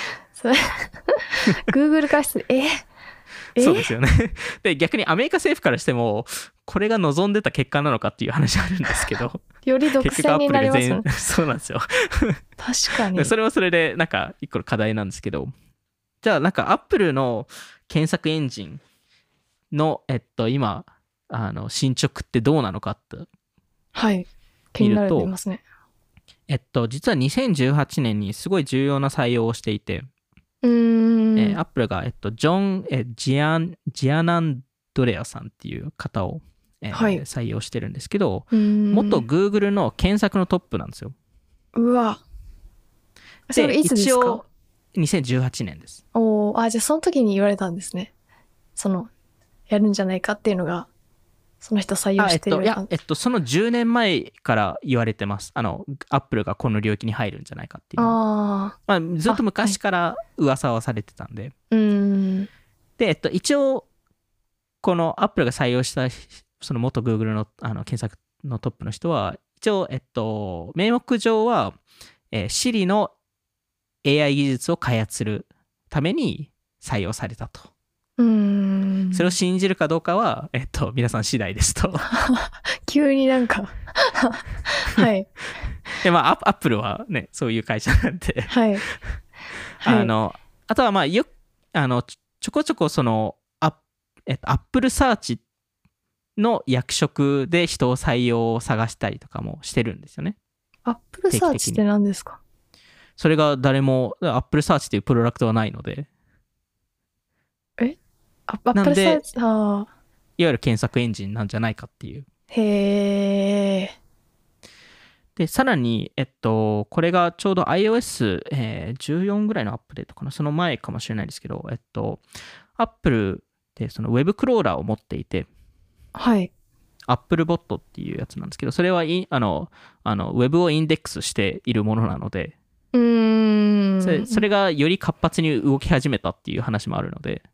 Google からして、 そうですよね。で、逆にアメリカ政府からしても、これが望んでた結果なのかっていう話あるんですけど。 より独占になりますよね。 そうなんですよ。 確かに。 それはそれで、なんか、一個の課題なんですけど。じゃあ、なんか、Apple の検索エンジンの、今、進捗ってどうなのかって。 はい。気になりますね。 実は2018年にすごい重要な採用をしていて、アップルが、ジョン、ジアナンドレアさんっていう方を、はい、採用してるんですけど、元 Google の検索のトップなんですよ。 うわ。それいつですか？ 一応、2018年です。 じゃあその時に言われたんですね。やるんじゃないかっていうのが、その人採用してる。 その10年前から言われてます。アップルがこの領域に入るんじゃないかっていうのは。まあ、ずっと昔から噂はされてたんで。で、一応、このアップルが採用したその元 Google の、検索のトップの人は、一応、名目上は、Siri の AI 技術を開発するために採用されたと。それを信じるかどうかは、皆さん次第ですと。 急になんかはい。 で、まあ、アップルはね、そういう会社なんではい。 あとは、まあ、ちょこちょこその、アップルサーチの役職で人を採用を探したりとかもしてるんですよね。 アップルサーチって何ですか？ それが誰も、アップルサーチっていうプロダクトはないので。 アップルサーチ、 いわゆる検索エンジンなんじゃないかっていう。 へー。 で、さらに、これがちょうど iOS14 ぐらいのアップデートかな。その前かもしれないですけど、Apple でその Web クローラーを持っていて、 はい。 Apple Bot っていうやつなんですけど、それはWeb をインデックスしているものなので、それがより活発に動き始めたっていう話もあるので、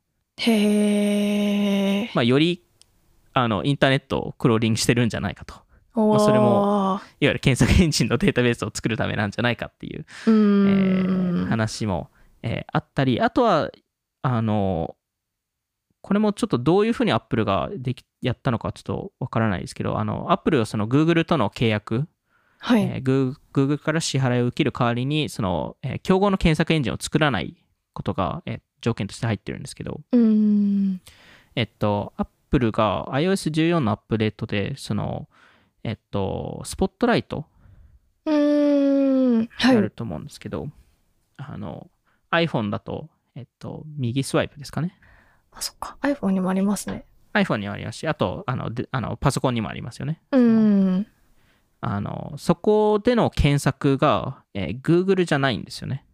へー。 まあ、よりインターネットをクローリングしてるんじゃないかと。まあ、それもいわゆる検索エンジンのデータベースを作るためなんじゃないかっていう、話も、あったり、あとはこれもちょっとどういうふうに Apple がやったのかちょっとわからないですけど、Apple はその Google との契約、 はい、 Google から支払いを受ける代わりに競合の検索エンジンを作らないことが、条件として入ってるんですけど、Apple が iOS14 のアップデートでスポットライトあると思うんですけど、iPhone だと、右スワイプですかね。 あ、そっか。iPhone にもありますね。 iPhone にもありますし、あとパソコンにもありますよね。そこでの検索が、Google じゃないんですよね。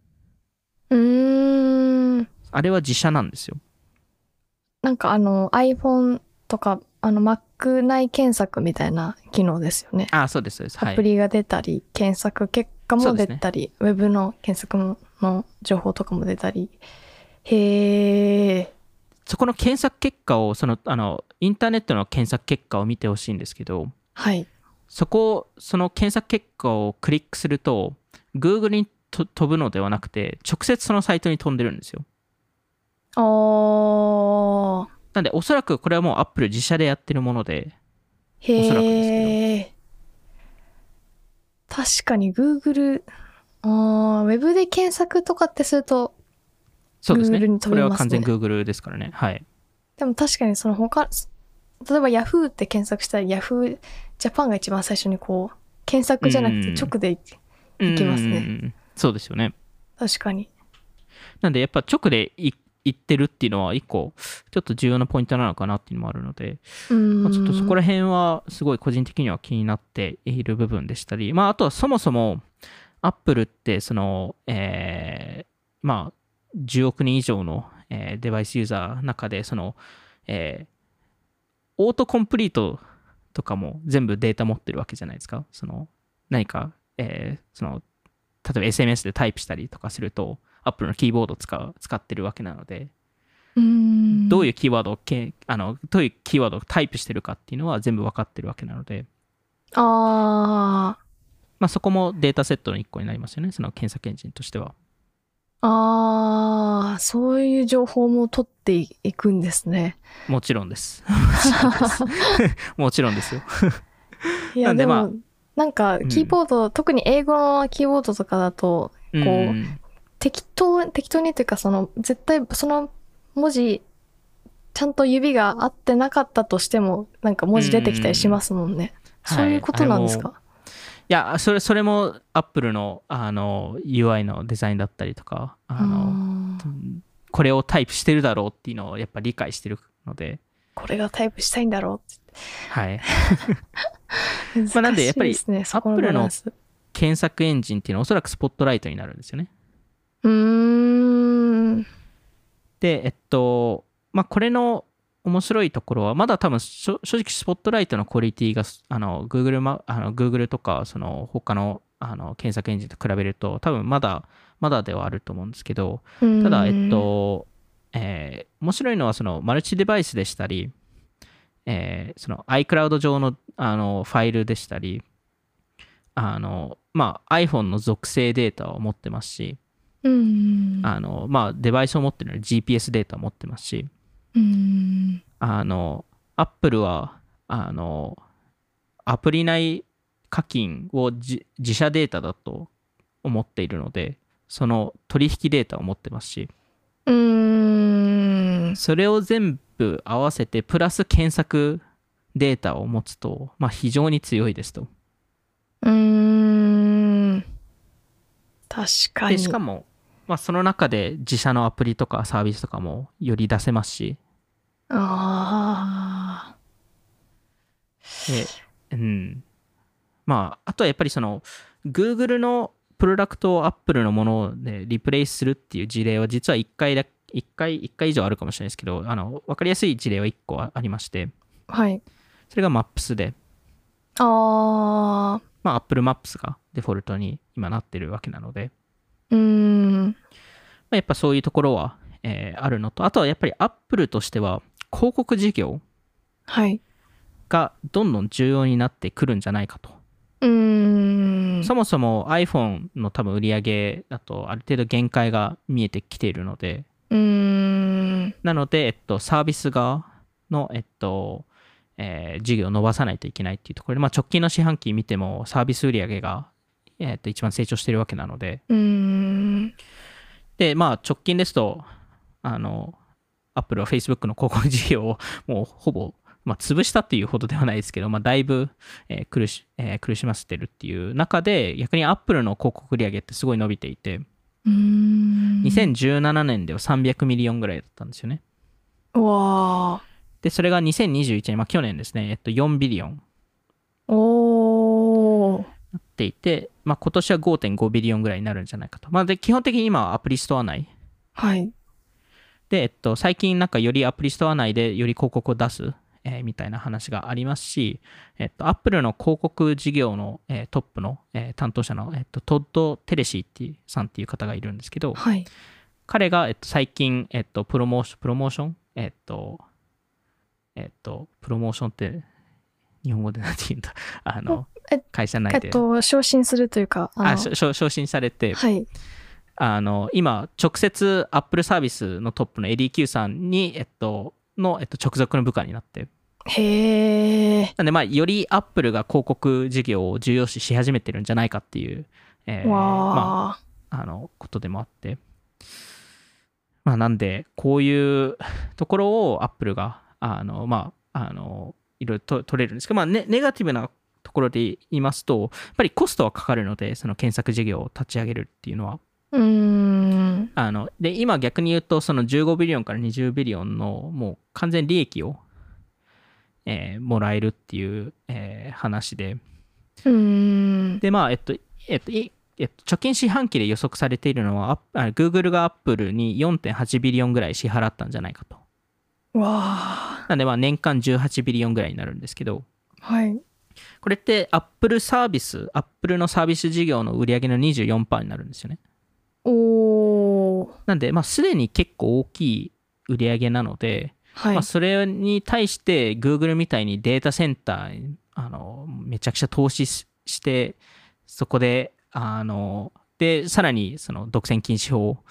あれは自社なんですよ。 なんかiPhone とかMac 内検索みたいな機能ですよね。 そうですそうです。 アプリが出たり、検索結果も出たり、ウェブの検索の情報とかも出たり。へー。 そこの検索結果をインターネットの検索結果を見てほしいんですけど、 はい。 その検索結果をクリックすると Google に飛ぶのではなくて直接そのサイトに飛んでるんですよ。なんでおそらくこれはもう Apple 自社でやってるもので、おそらくですけど。確かに Google、ウェブで検索とかってするとそうですね。 Google に飛びますね。 これは完全 Google ですからね。はい。 でも確かに他例えば Yahoo って検索したら Yahoo Japan が一番最初にこう検索じゃなくて直でいきますね。 そうですよね。 確かに。 なんでやっぱ直で行ってるっていうのは一個ちょっと重要なポイントなのかなっていうのもあるので、まあ、ちょっとそこら辺はすごい個人的には気になっている部分でしたり、まあ、あとはそもそも Apple ってその、まあ10億人以上の、デバイスユーザーの中でその、オートコンプリートとかも全部データ持ってるわけじゃないですか。その何か、その例えば SMS でタイプしたりとかすると Apple のキーボードを使ってるわけなので、どういうキーワードをどういうキーワードをタイプしてるかっていうのは全部分かってるわけなので、まあ、そこもデータセットの一個になりますよね、その検索エンジンとしては。 そういう情報も取っていくんですね。 もちろんです。もちろんですよ。 いや、でも、なんか、キーボード、特に英語のキーボードとかだと、こう、適当にというか、絶対、その文字、ちゃんと指が合ってなかったとしても、なんか文字出てきたりしますもんね。そういうことなんですか？ いや、それも Apple の、UI のデザインだったりとか、これをタイプしてるだろうっていうのをやっぱ理解してるので。 これがタイプしたいんだろうって。 はい。まあなんでやっぱり Apple の検索エンジンっていうのはおそらくスポットライトになるんですよね。で、まあこれの面白いところは、まだ多分正直スポットライトのクオリティがGoogle とかその他の検索エンジンと比べると多分まだではあると思うんですけど、ただ面白いのはそのマルチデバイスでしたり、その iCloud 上のファイルでしたり、まあ iPhone の属性データを持ってますし、まあデバイスを持ってるので GPS データを持ってますし、Apple はアプリ内課金を自社データだと思っているので、その取引データを持ってますし、それを全部合わせてプラス検索データを持つと、まあ、非常に強いですと。 確かに。 でしかも、まあ、その中で自社のアプリとかサービスとかもより出せますし。まあ、あとはやっぱりその Google のプロダクトを Apple のものでリプレイスするっていう事例は実は1回以上あるかもしれないですけど、分かりやすい事例は1個ありまして、 はい。 それが Maps で、まあ Apple Maps がデフォルトに今なってるわけなので、まあ、やっぱそういうところは、あるのと、あとはやっぱり Apple としては広告事業がどんどん重要になってくるんじゃないかと。そもそも iPhone の多分売り上げだとある程度限界が見えてきているので、なので、サービス側の、事業を伸ばさないといけないっていうところで、まあ、直近の四半期見てもサービス売り上げが、一番成長しているわけなので、で、まあ、直近ですと、Apple は Facebook の広告事業をもうほぼ、まあ、潰したっていうほどではないですけど、まあ、だいぶ、苦しませてるっていう中で、逆に Apple の広告売り上げってすごい伸びていて、2017年では300ミリオンぐらいだったんですよね。で、それが2021年、まあ、去年ですね、4ビリオンなっていて、まあ、今年は 5.5 ビリオンぐらいになるんじゃないかと。まあ、で、基本的に今はアプリストア内。で、最近なんかよりアプリストア内でより広告を出す、みたいな話がありますし、Apple の広告事業の、トップの、担当者の、トッド・テレシーさんっていう方がいるんですけど、彼が、最近、プロモーションプロモーションって日本語で何て言うんだ会社内で。 昇進するというか。 昇進されて、今、直接 Apple サービスのトップのエディ・キューさんに、の、直属の部下になって。なんで、まあ、より Apple が広告事業を重要視し始めてるんじゃないかっていう、まあ、ことでもあって。まあ、なんで、こういうところを Apple が、まあ、 いろいろと取れるんですけど、ネガティブなところで言いますと、やっぱりコストはかかるので、その検索事業を立ち上げるっていうのは。で、今逆に言うと、その15ビリオンから20ビリオンのもう完全利益を、もらえるっていう、話で。で、貯金四半期で予測されているのは、Google が Apple に 4.8 ビリオンぐらい支払ったんじゃないかと。なんで年間18ビリオンぐらいになるんですけど、 はい、 これって Apple のサービス事業の売り上げの 24% になるんですよね。なんで、すでに結構大きい売り上げなので、はい、それに対して Google みたいにデータセンターにめちゃくちゃ投資して、そこで、で、さらにその独占禁止法、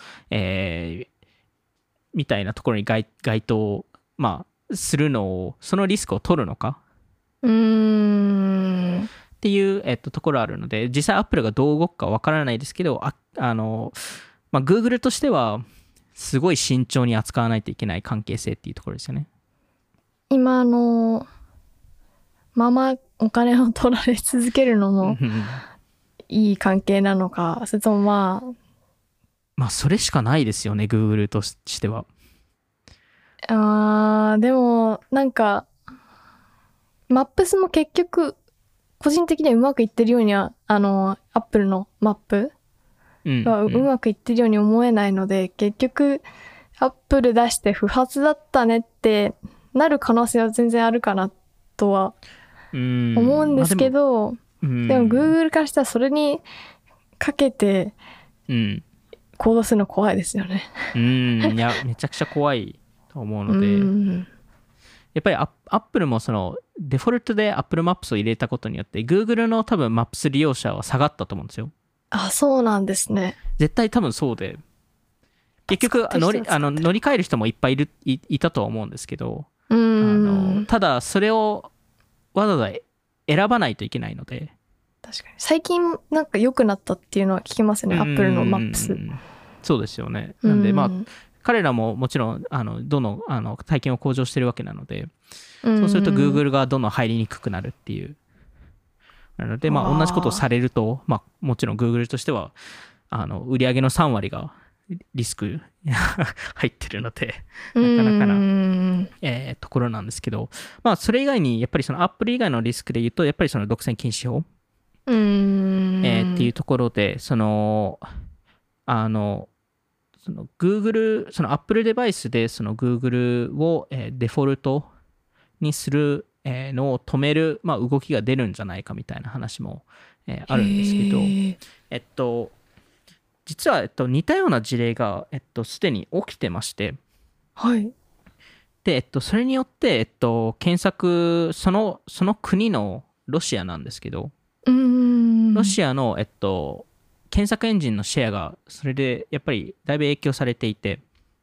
みたいなところに該当、するのを、そのリスクを取るのかっていう、ところあるので、実際 Apple がどう動くかわからないですけど、Google としては、すごい慎重に扱わないといけない関係性っていうところですよね。 今お金を取られ続けるのもいい関係なのか、それともそれしかないですよね、Google としては。 でもなんかマップスも結局個人的にはうまくいってるようにはApple のマップがうまくいってるように思えないので、結局Apple出して不発だったねってなる可能性は全然あるかなとは思うんですけど、でも Google からしたらそれにかけて行動するの怖いですよね。 いやめちゃくちゃ怖いと思うので、やっぱりAppleもそのデフォルトで Apple Maps を入れたことによって Google の多分 Maps 利用者は下がったと思うんですよ。 そうなんですね。 絶対多分そうで、結局乗り換える人もいっぱいいたとは思うんですけど、ただそれをわざわざ選ばないといけないので。 確かに最近なんか良くなったっていうのは聞きますね、Apple の Maps。 そうですよね。なんで彼らももちろんどんどん体験を向上してるわけなので、そうすると Google がどんどん入りにくくなるっていう。なので同じことをされると、もちろん Google としては売上の3割がリスク入ってるので、なかなかな、ところなんですけど、それ以外にやっぱりその Apple 以外のリスクで言うと、やっぱりその独占禁止法っていうところで、その Google、その Apple デバイスでその Google を、デフォルトにするのを止める、動きが出るんじゃないかみたいな話も、あるんですけど、実は、似たような事例が、すでに起きてまして、 はい。 で、それによって、検索、その国のロシアなんですけど、ロシアの、検索エンジンのシェアが、それでやっぱりだいぶ影響されていて、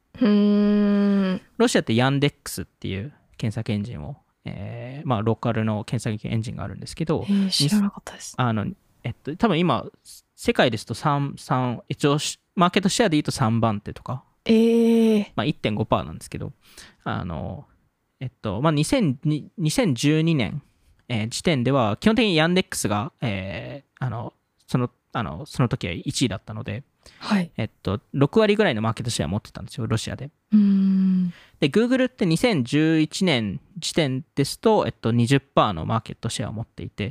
ロシアってヤンデックスっていう検索エンジンを、ローカルの検索エンジンがあるんですけど、 知らなかったです。 多分今、世界ですと一応、マーケットシェアで言うと3番手とか、1.5% なんですけど、2012年、時点では、基本的にヤンデックスが、その時は1位だったので、 はい、 6割ぐらいのマーケットシェア持ってたんですよ、ロシアで。で、Google って2011年時点ですと、20% のマーケットシェアを持っていて、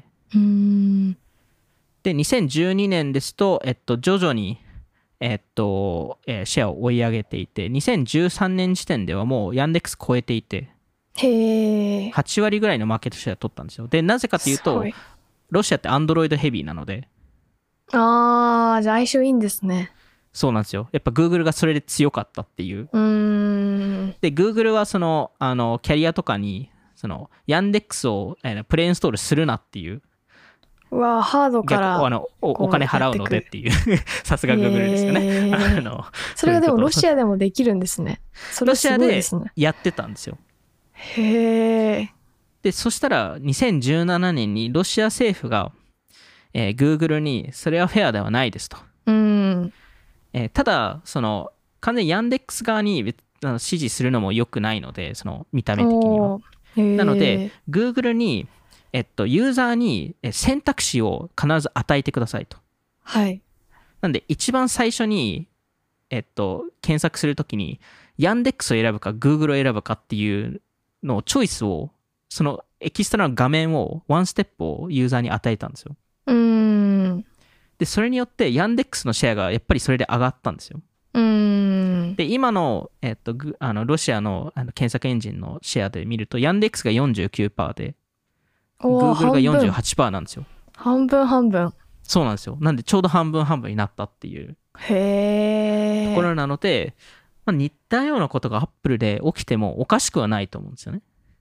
で、2012年ですと、徐々に、シェアを追い上げていて、2013年時点ではもうヤンデックス超えていて、8割ぐらいのマーケットシェアを取ったんですよ。で、なぜかというと、ロシアってアンドロイドヘビーなので。 じゃあ相性いいんですね。 そうなんですよ。やっぱ Google がそれで強かったっていう。で、Google はその、キャリアとかに、その、ヤンデックスをプレインストールするなっていう。 ハードからお金払うのでっていうさすが Google ですよね。 それがでもロシアでもできるんですね。それすごいですね。 ロシアでやってたんですよ。 へえ。 で、そしたら2017年にロシア政府が、Google にそれはフェアではないですと。ただその完全にヤンデックス側に支持するのも良くないので、その見た目的には。 なので Google に、ユーザーに選択肢を必ず与えてくださいと。 はい。 なんで一番最初に、検索するときにヤンデックスを選ぶか Google を選ぶかっていうのをチョイスを、そのエキストラの画面をワンステップをユーザーに与えたんですよ。でそれによってヤンデックスのシェアがやっぱりそれで上がったんですよ。で今の、ロシアの、検索エンジンのシェアで見るとヤンデックスが 49% で Google が 48% なんですよ。 半分半分。 そうなんですよ。なんでちょうど半分半分になったっていうところなので、似たようなことがアップルで起きてもおかしくはないと思うんですよね。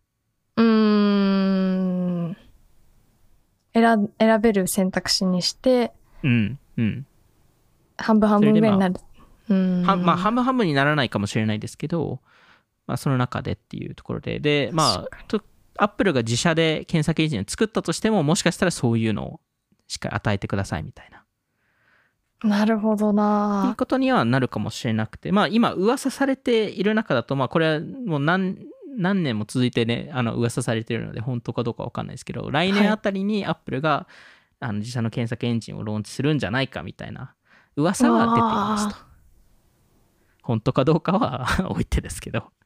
選べる選択肢にして、半分半分ぐらいになる。 半分半分にならないかもしれないですけど、その中でっていうところで、アップルが自社で検索エンジンを作ったとしても、もしかしたらそういうのをしっかり与えてくださいみたいな。 なるほどな。 っていうことにはなるかもしれなくて、今噂されている中だと、これはもう何年も続いてね、噂されているので本当かどうか分かんないですけど、来年あたりにアップルが、自社の検索エンジンをローンチするんじゃないかみたいな噂は出ていますと。本当かどうかは置いてですけど。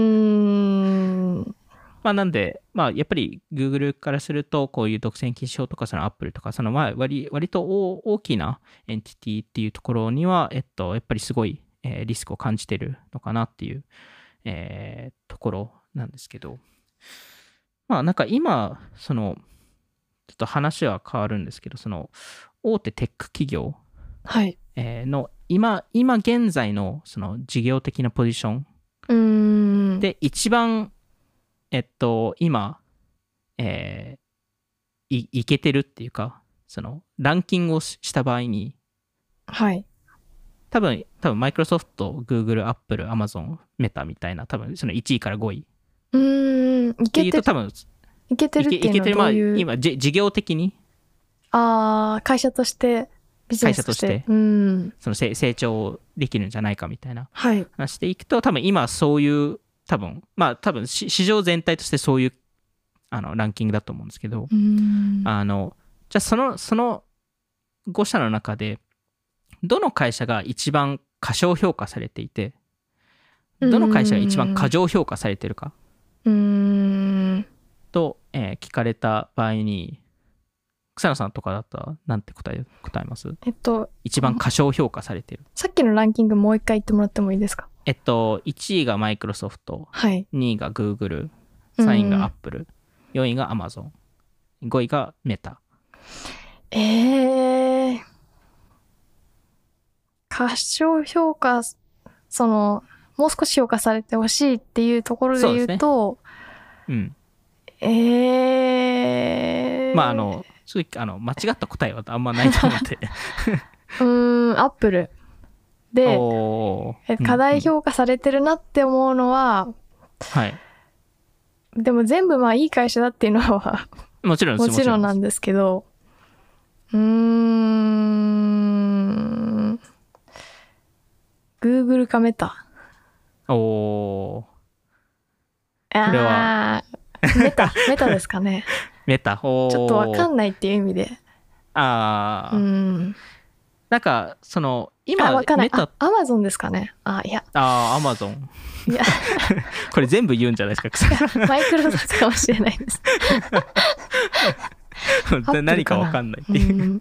なんで、やっぱり Google からすると、こういう独占禁止法とか、その Apple とか、その割と大きなエンティティっていうところには、やっぱりすごい、リスクを感じてるのかなっていう、ところなんですけど、なんか今、ちょっと話は変わるんですけど、その大手テック企業の今現在のその事業的なポジションで一番今、いけてるっていうか、そのランキングをした場合に、多分マイクロソフト、グーグル、アップル、アマゾン、メタみたいな、多分その1位から5位。 いけてる。 多分いけてるっていうのはどういう、 今事業的に、 会社としてビジネスとして、 その成長できるんじゃないかみたいな話でいくと、多分今そういう多分市場全体としてそういうランキングだと思うんですけど、じゃあその5社の中でどの会社が一番過小評価されていて、どの会社が一番過剰評価されてるかと、聞かれた場合に、草野さんとかだったらなんて答えます？一番過小評価されてる。 さっきのランキングもう一回言ってもらってもいいですか ？1位がマイクロソフト、2位がグーグル、3位がアップル、4位がアマゾン、5位がメタ。 過小評価、もう少し評価されてほしいっていうところで言うと、 正直間違った答えはあんまないと思ってアップルで過大評価されてるなって思うのは、でも全部いい会社だっていうのはもちろんなんですけど、Google かメタ。 これはメタですかね。 メタ。 ちょっとわかんないっていう意味で。 なんか今わかんない。 メタ、 アマゾンですかね。アマゾン。いやこれ全部言うんじゃないですか。マイクロソフトかもしれないです。 何かわかんないっていう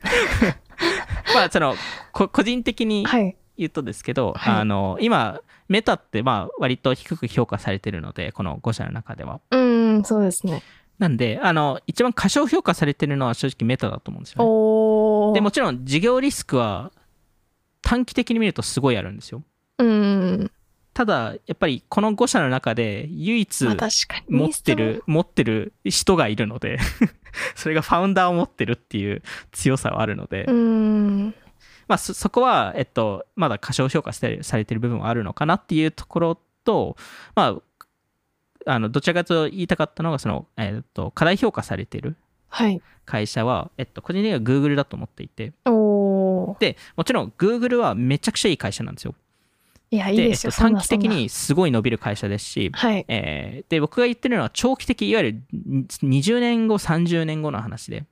個人的に言うとですけど、今メタって割と低く評価されてるので、この5社の中では。 そうですね。 なんで一番過小評価されてるのは正直メタだと思うんですよね。でもちろん事業リスクは短期的に見るとすごいあるんですよ。ただやっぱりこの5社の中で唯一持ってる人がいるのでそれがファウンダーを持ってるっていう強さはあるので、そこはまだ過小評価されてる部分はあるのかなっていうところと、どちらかと言いたかったのが過大評価されてる会社は、個人的には Google だと思っていて、でもちろん Google はめちゃくちゃいい会社なんですよ。 いや、いいですよ。 短期的にすごい伸びる会社ですし、 はい。 で、僕が言ってるのは長期的、いわゆる20年後、30年後の話で。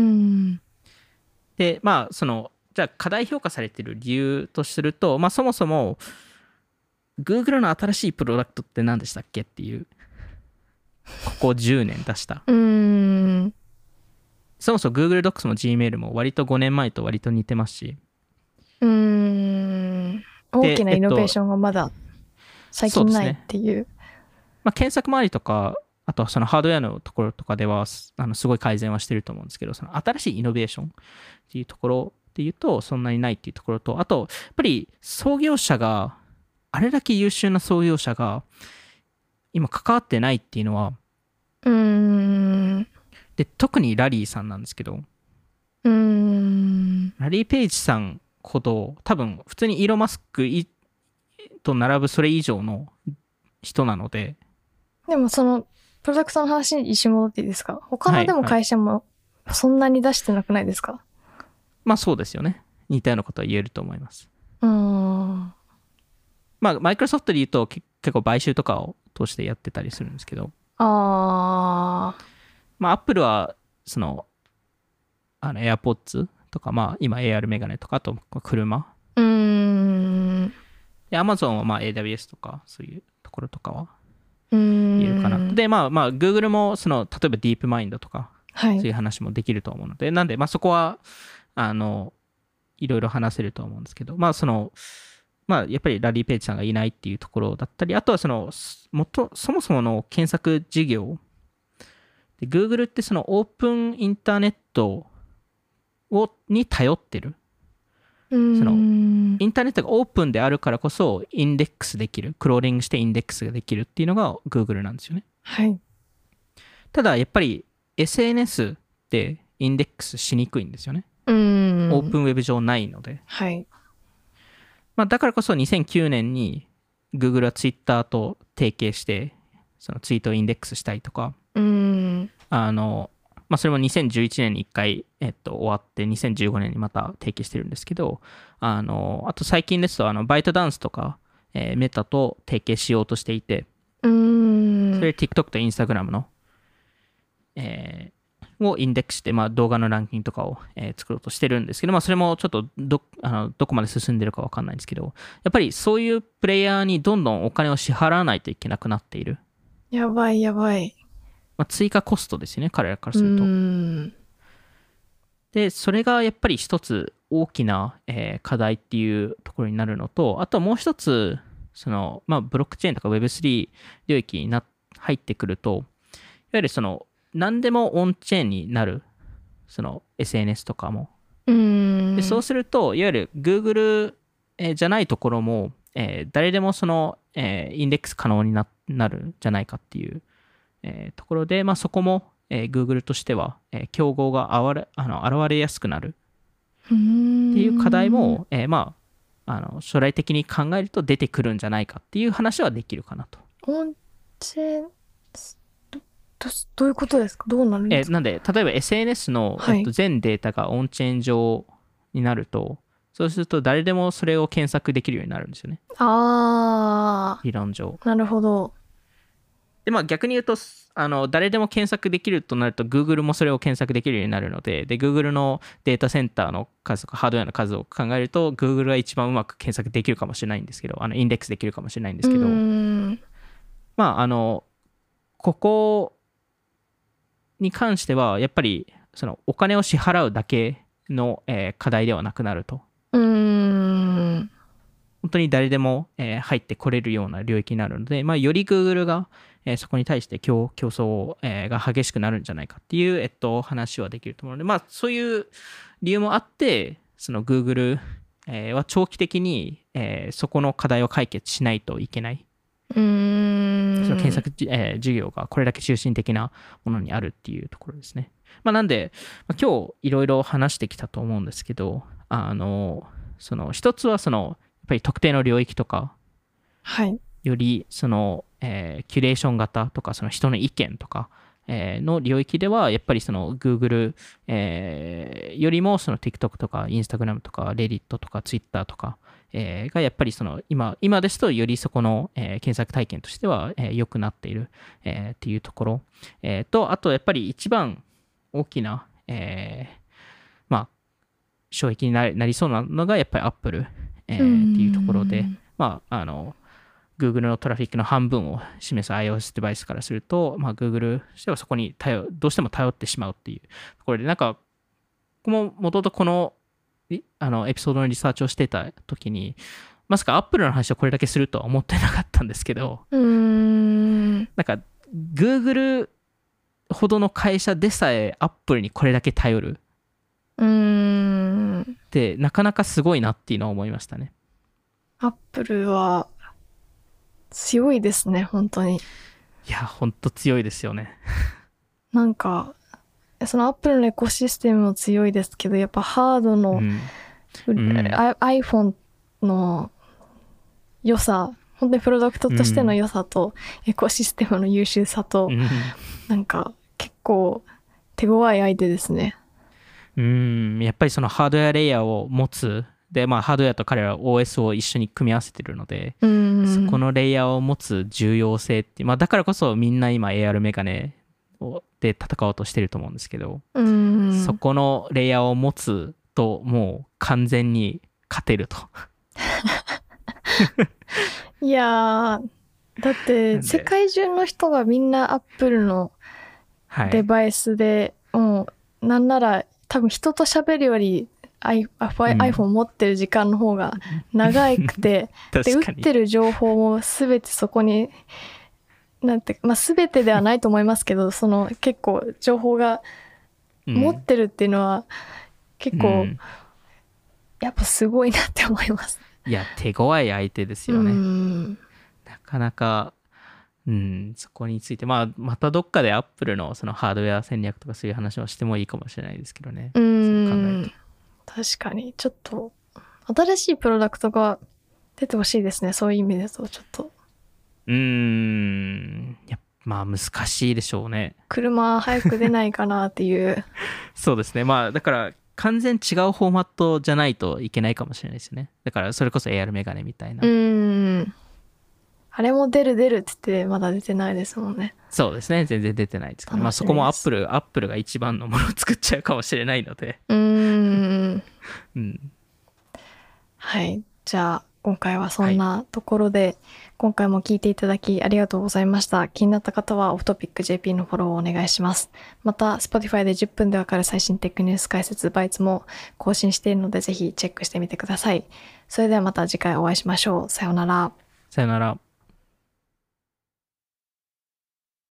で、まあ、じゃあ課題評価されてる理由とすると、まあ、そもそも、Google の新しいプロダクトって何でしたっけっていう、ここ10年出した。そもそも Google Docs も Gmail も割と5年前と割と似てますし。 大きなイノベーションがまだ最近ないっていう。 まあ、検索周りとか、あとはそのハードウェアのところとかでは、すごい改善はしてると思うんですけど、その新しいイノベーションっていうところで言うと、そんなにないっていうところと、あと、やっぱり創業者が、あれだけ優秀な創業者が、今関わってないっていうのは、で、特にラリーさんなんですけど、ラリー・ペイジさんほど、多分、普通にイーロン・マスクと並ぶそれ以上の人なので。 でもプロダクトの話に一瞬戻っていいですか？他のでも会社もそんなに出してなくないですか？はいはい、 まあそうですよね。似たようなことは言えると思います。まあ、マイクロソフトで言うと結構買収とかを通してやってたりするんですけど。まあ、アップルは、AirPods とか、まあ、今 AR メガネとか、あと車。で、Amazon はまあ AWS とか、そういうところとかは言えるかな。で、まあ、Google も、例えばディープマインドとか、そういう話もできると思うので、なんで、まあそこは、いろいろ話せると思うんですけど、まあまあやっぱりラリー・ペイジさんがいないっていうところだったり、あとはそもそもの検索事業で、Google ってオープンインターネットに頼ってる。インターネットがオープンであるからこそインデックスできる、クローリングしてインデックスができるっていうのが Google なんですよね。 はい。 ただやっぱり SNS ってインデックスしにくいんですよね。オープンウェブ上ないので。 はい。 まあ、だからこそ2009年に Google は Twitter と提携してそのツイートをインデックスしたりとか、まあ、それも2011年に1回、終わって2015年にまた提携してるんですけど、あと最近ですとバイトダンスとか、メタと提携しようとしていて、それで TikTok と Instagram の、をインデックスして、まあ、動画のランキングとかを、作ろうとしてるんですけど、まあ、それもちょっとどこまで進んでるかわかんないんですけど、やっぱりそういうプレイヤーにどんどんお金を支払わないといけなくなっている。 やばいやばい。 まあ、追加コストですよね、彼らからすると。で、それがやっぱり一つ大きな、課題っていうところになるのと、あともう一つ、まあ、ブロックチェーンとか Web3 領域に入ってくると、いわゆる何でもオンチェーンになる、SNS とかも。でそうすると、いわゆる Google、じゃないところも、誰でもインデックス可能になるんじゃないかっていう、ところで、まあ、そこも、Google としては、競合が現れやすくなるっていう課題も、まあ、将来的に考えると出てくるんじゃないかっていう話はできるかなと。 オンチェーンどういうことですか？どうなるんですか？ なんで、例えば SNS の、全データがオンチェーン上になると、そうすると誰でもそれを検索できるようになるんですよね。理論上。 なるほど。 で、まあ逆に言うと、誰でも検索できるとなると、Google もそれを検索できるようになるので、Google のデータセンターの数とかハードウェアの数を考えると、Google が一番うまく検索できるかもしれないんですけど、インデックスできるかもしれないんですけど、まあ、ここに関しては、やっぱり、お金を支払うだけの、課題ではなくなると。本当に誰でも、入ってこれるような領域になるので、まあ、より Google が、そこに対して競争、が激しくなるんじゃないかっていう、話はできると思うので、まあ、そういう理由もあって、Google、は長期的に、そこの課題を解決しないといけない。その検索、事業がこれだけ中心的なものにあるっていうところですね。まあ、なんで、今日いろいろ話してきたと思うんですけど、一つはやっぱり特定の領域とか、よりキュレーション型とか人の意見とか、の領域ではやっぱりGoogle、よりもTikTok とか Instagram とか Reddit とか Twitter とか、 がやっぱりその今ですとよりそこの、検索体験としては良くなっている、っていうところ、とあとやっぱり一番大きな、まあ障壁になりそうなのがやっぱり Apple、っていうところで、まあGoogle のトラフィックの半分を示す iOS デバイスからすると、まあ、Google としてはそこにどうしても頼ってしまうっていうところで、なんかもともとこのエピソードのリサーチをしてた時にまさか Apple の話をこれだけするとは思ってなかったんですけど、なんか Google ほどの会社でさえ Apple にこれだけ頼るってなかなかすごいなっていうのは思いましたね。 Apple は強いですね、本当に。いや本当強いですよね。 なんかその Apple のエコシステムも強いですけど、やっぱハードの、iPhone の良さ、本当にプロダクトとしての良さと、エコシステムの優秀さと、なんか結構手強い相手ですね。 やっぱりそのハードウェアレイヤーを持つ。で、まあ、ハードウェアと彼らは OS を一緒に組み合わせてるので、そこのレイヤーを持つ重要性って、まあ、だからこそみんな今 AR メガネで戦おうとしてると思うんですけど、そこのレイヤーを持つともう完全に勝てると。 いやだって世界中の人がみんな Apple のデバイスで、もうなんなら多分人と喋るよりiPhone 持ってる時間の方が長くてで打ってる情報も全てそこになんて、まあ、全てではないと思いますけど、その結構情報が持ってるっていうのは結構、やっぱすごいなって思います。 いや手強い相手ですよね。なかなか、そこについて、まあ、またどっかで Apple のそのハードウェア戦略とかそういう話をしてもいいかもしれないですけどね。そう考えると確かにちょっと新しいプロダクトが出てほしいですね。そういう意味ですとちょっとまあ難しいでしょうね。 車早く出ないかなっていうそうですね。まあだから完全違うフォーマットじゃないといけないかもしれないですね。だからそれこそ AR メガネみたいな。 あれも出るって言ってまだ出てないですもんね。 そうですね。全然出てないですけど、まあそこもアップルが一番のものを作っちゃうかもしれないので。 はい。じゃあ今回はそんなところで、今回も聞いていただきありがとうございました。気になった方はオフトピック JP のフォローをお願いします。また Spotify で10分でわかる最新テックニュース解説バイツも更新しているのでぜひチェックしてみてください。それではまた次回お会いしましょう。さようなら。 さようなら。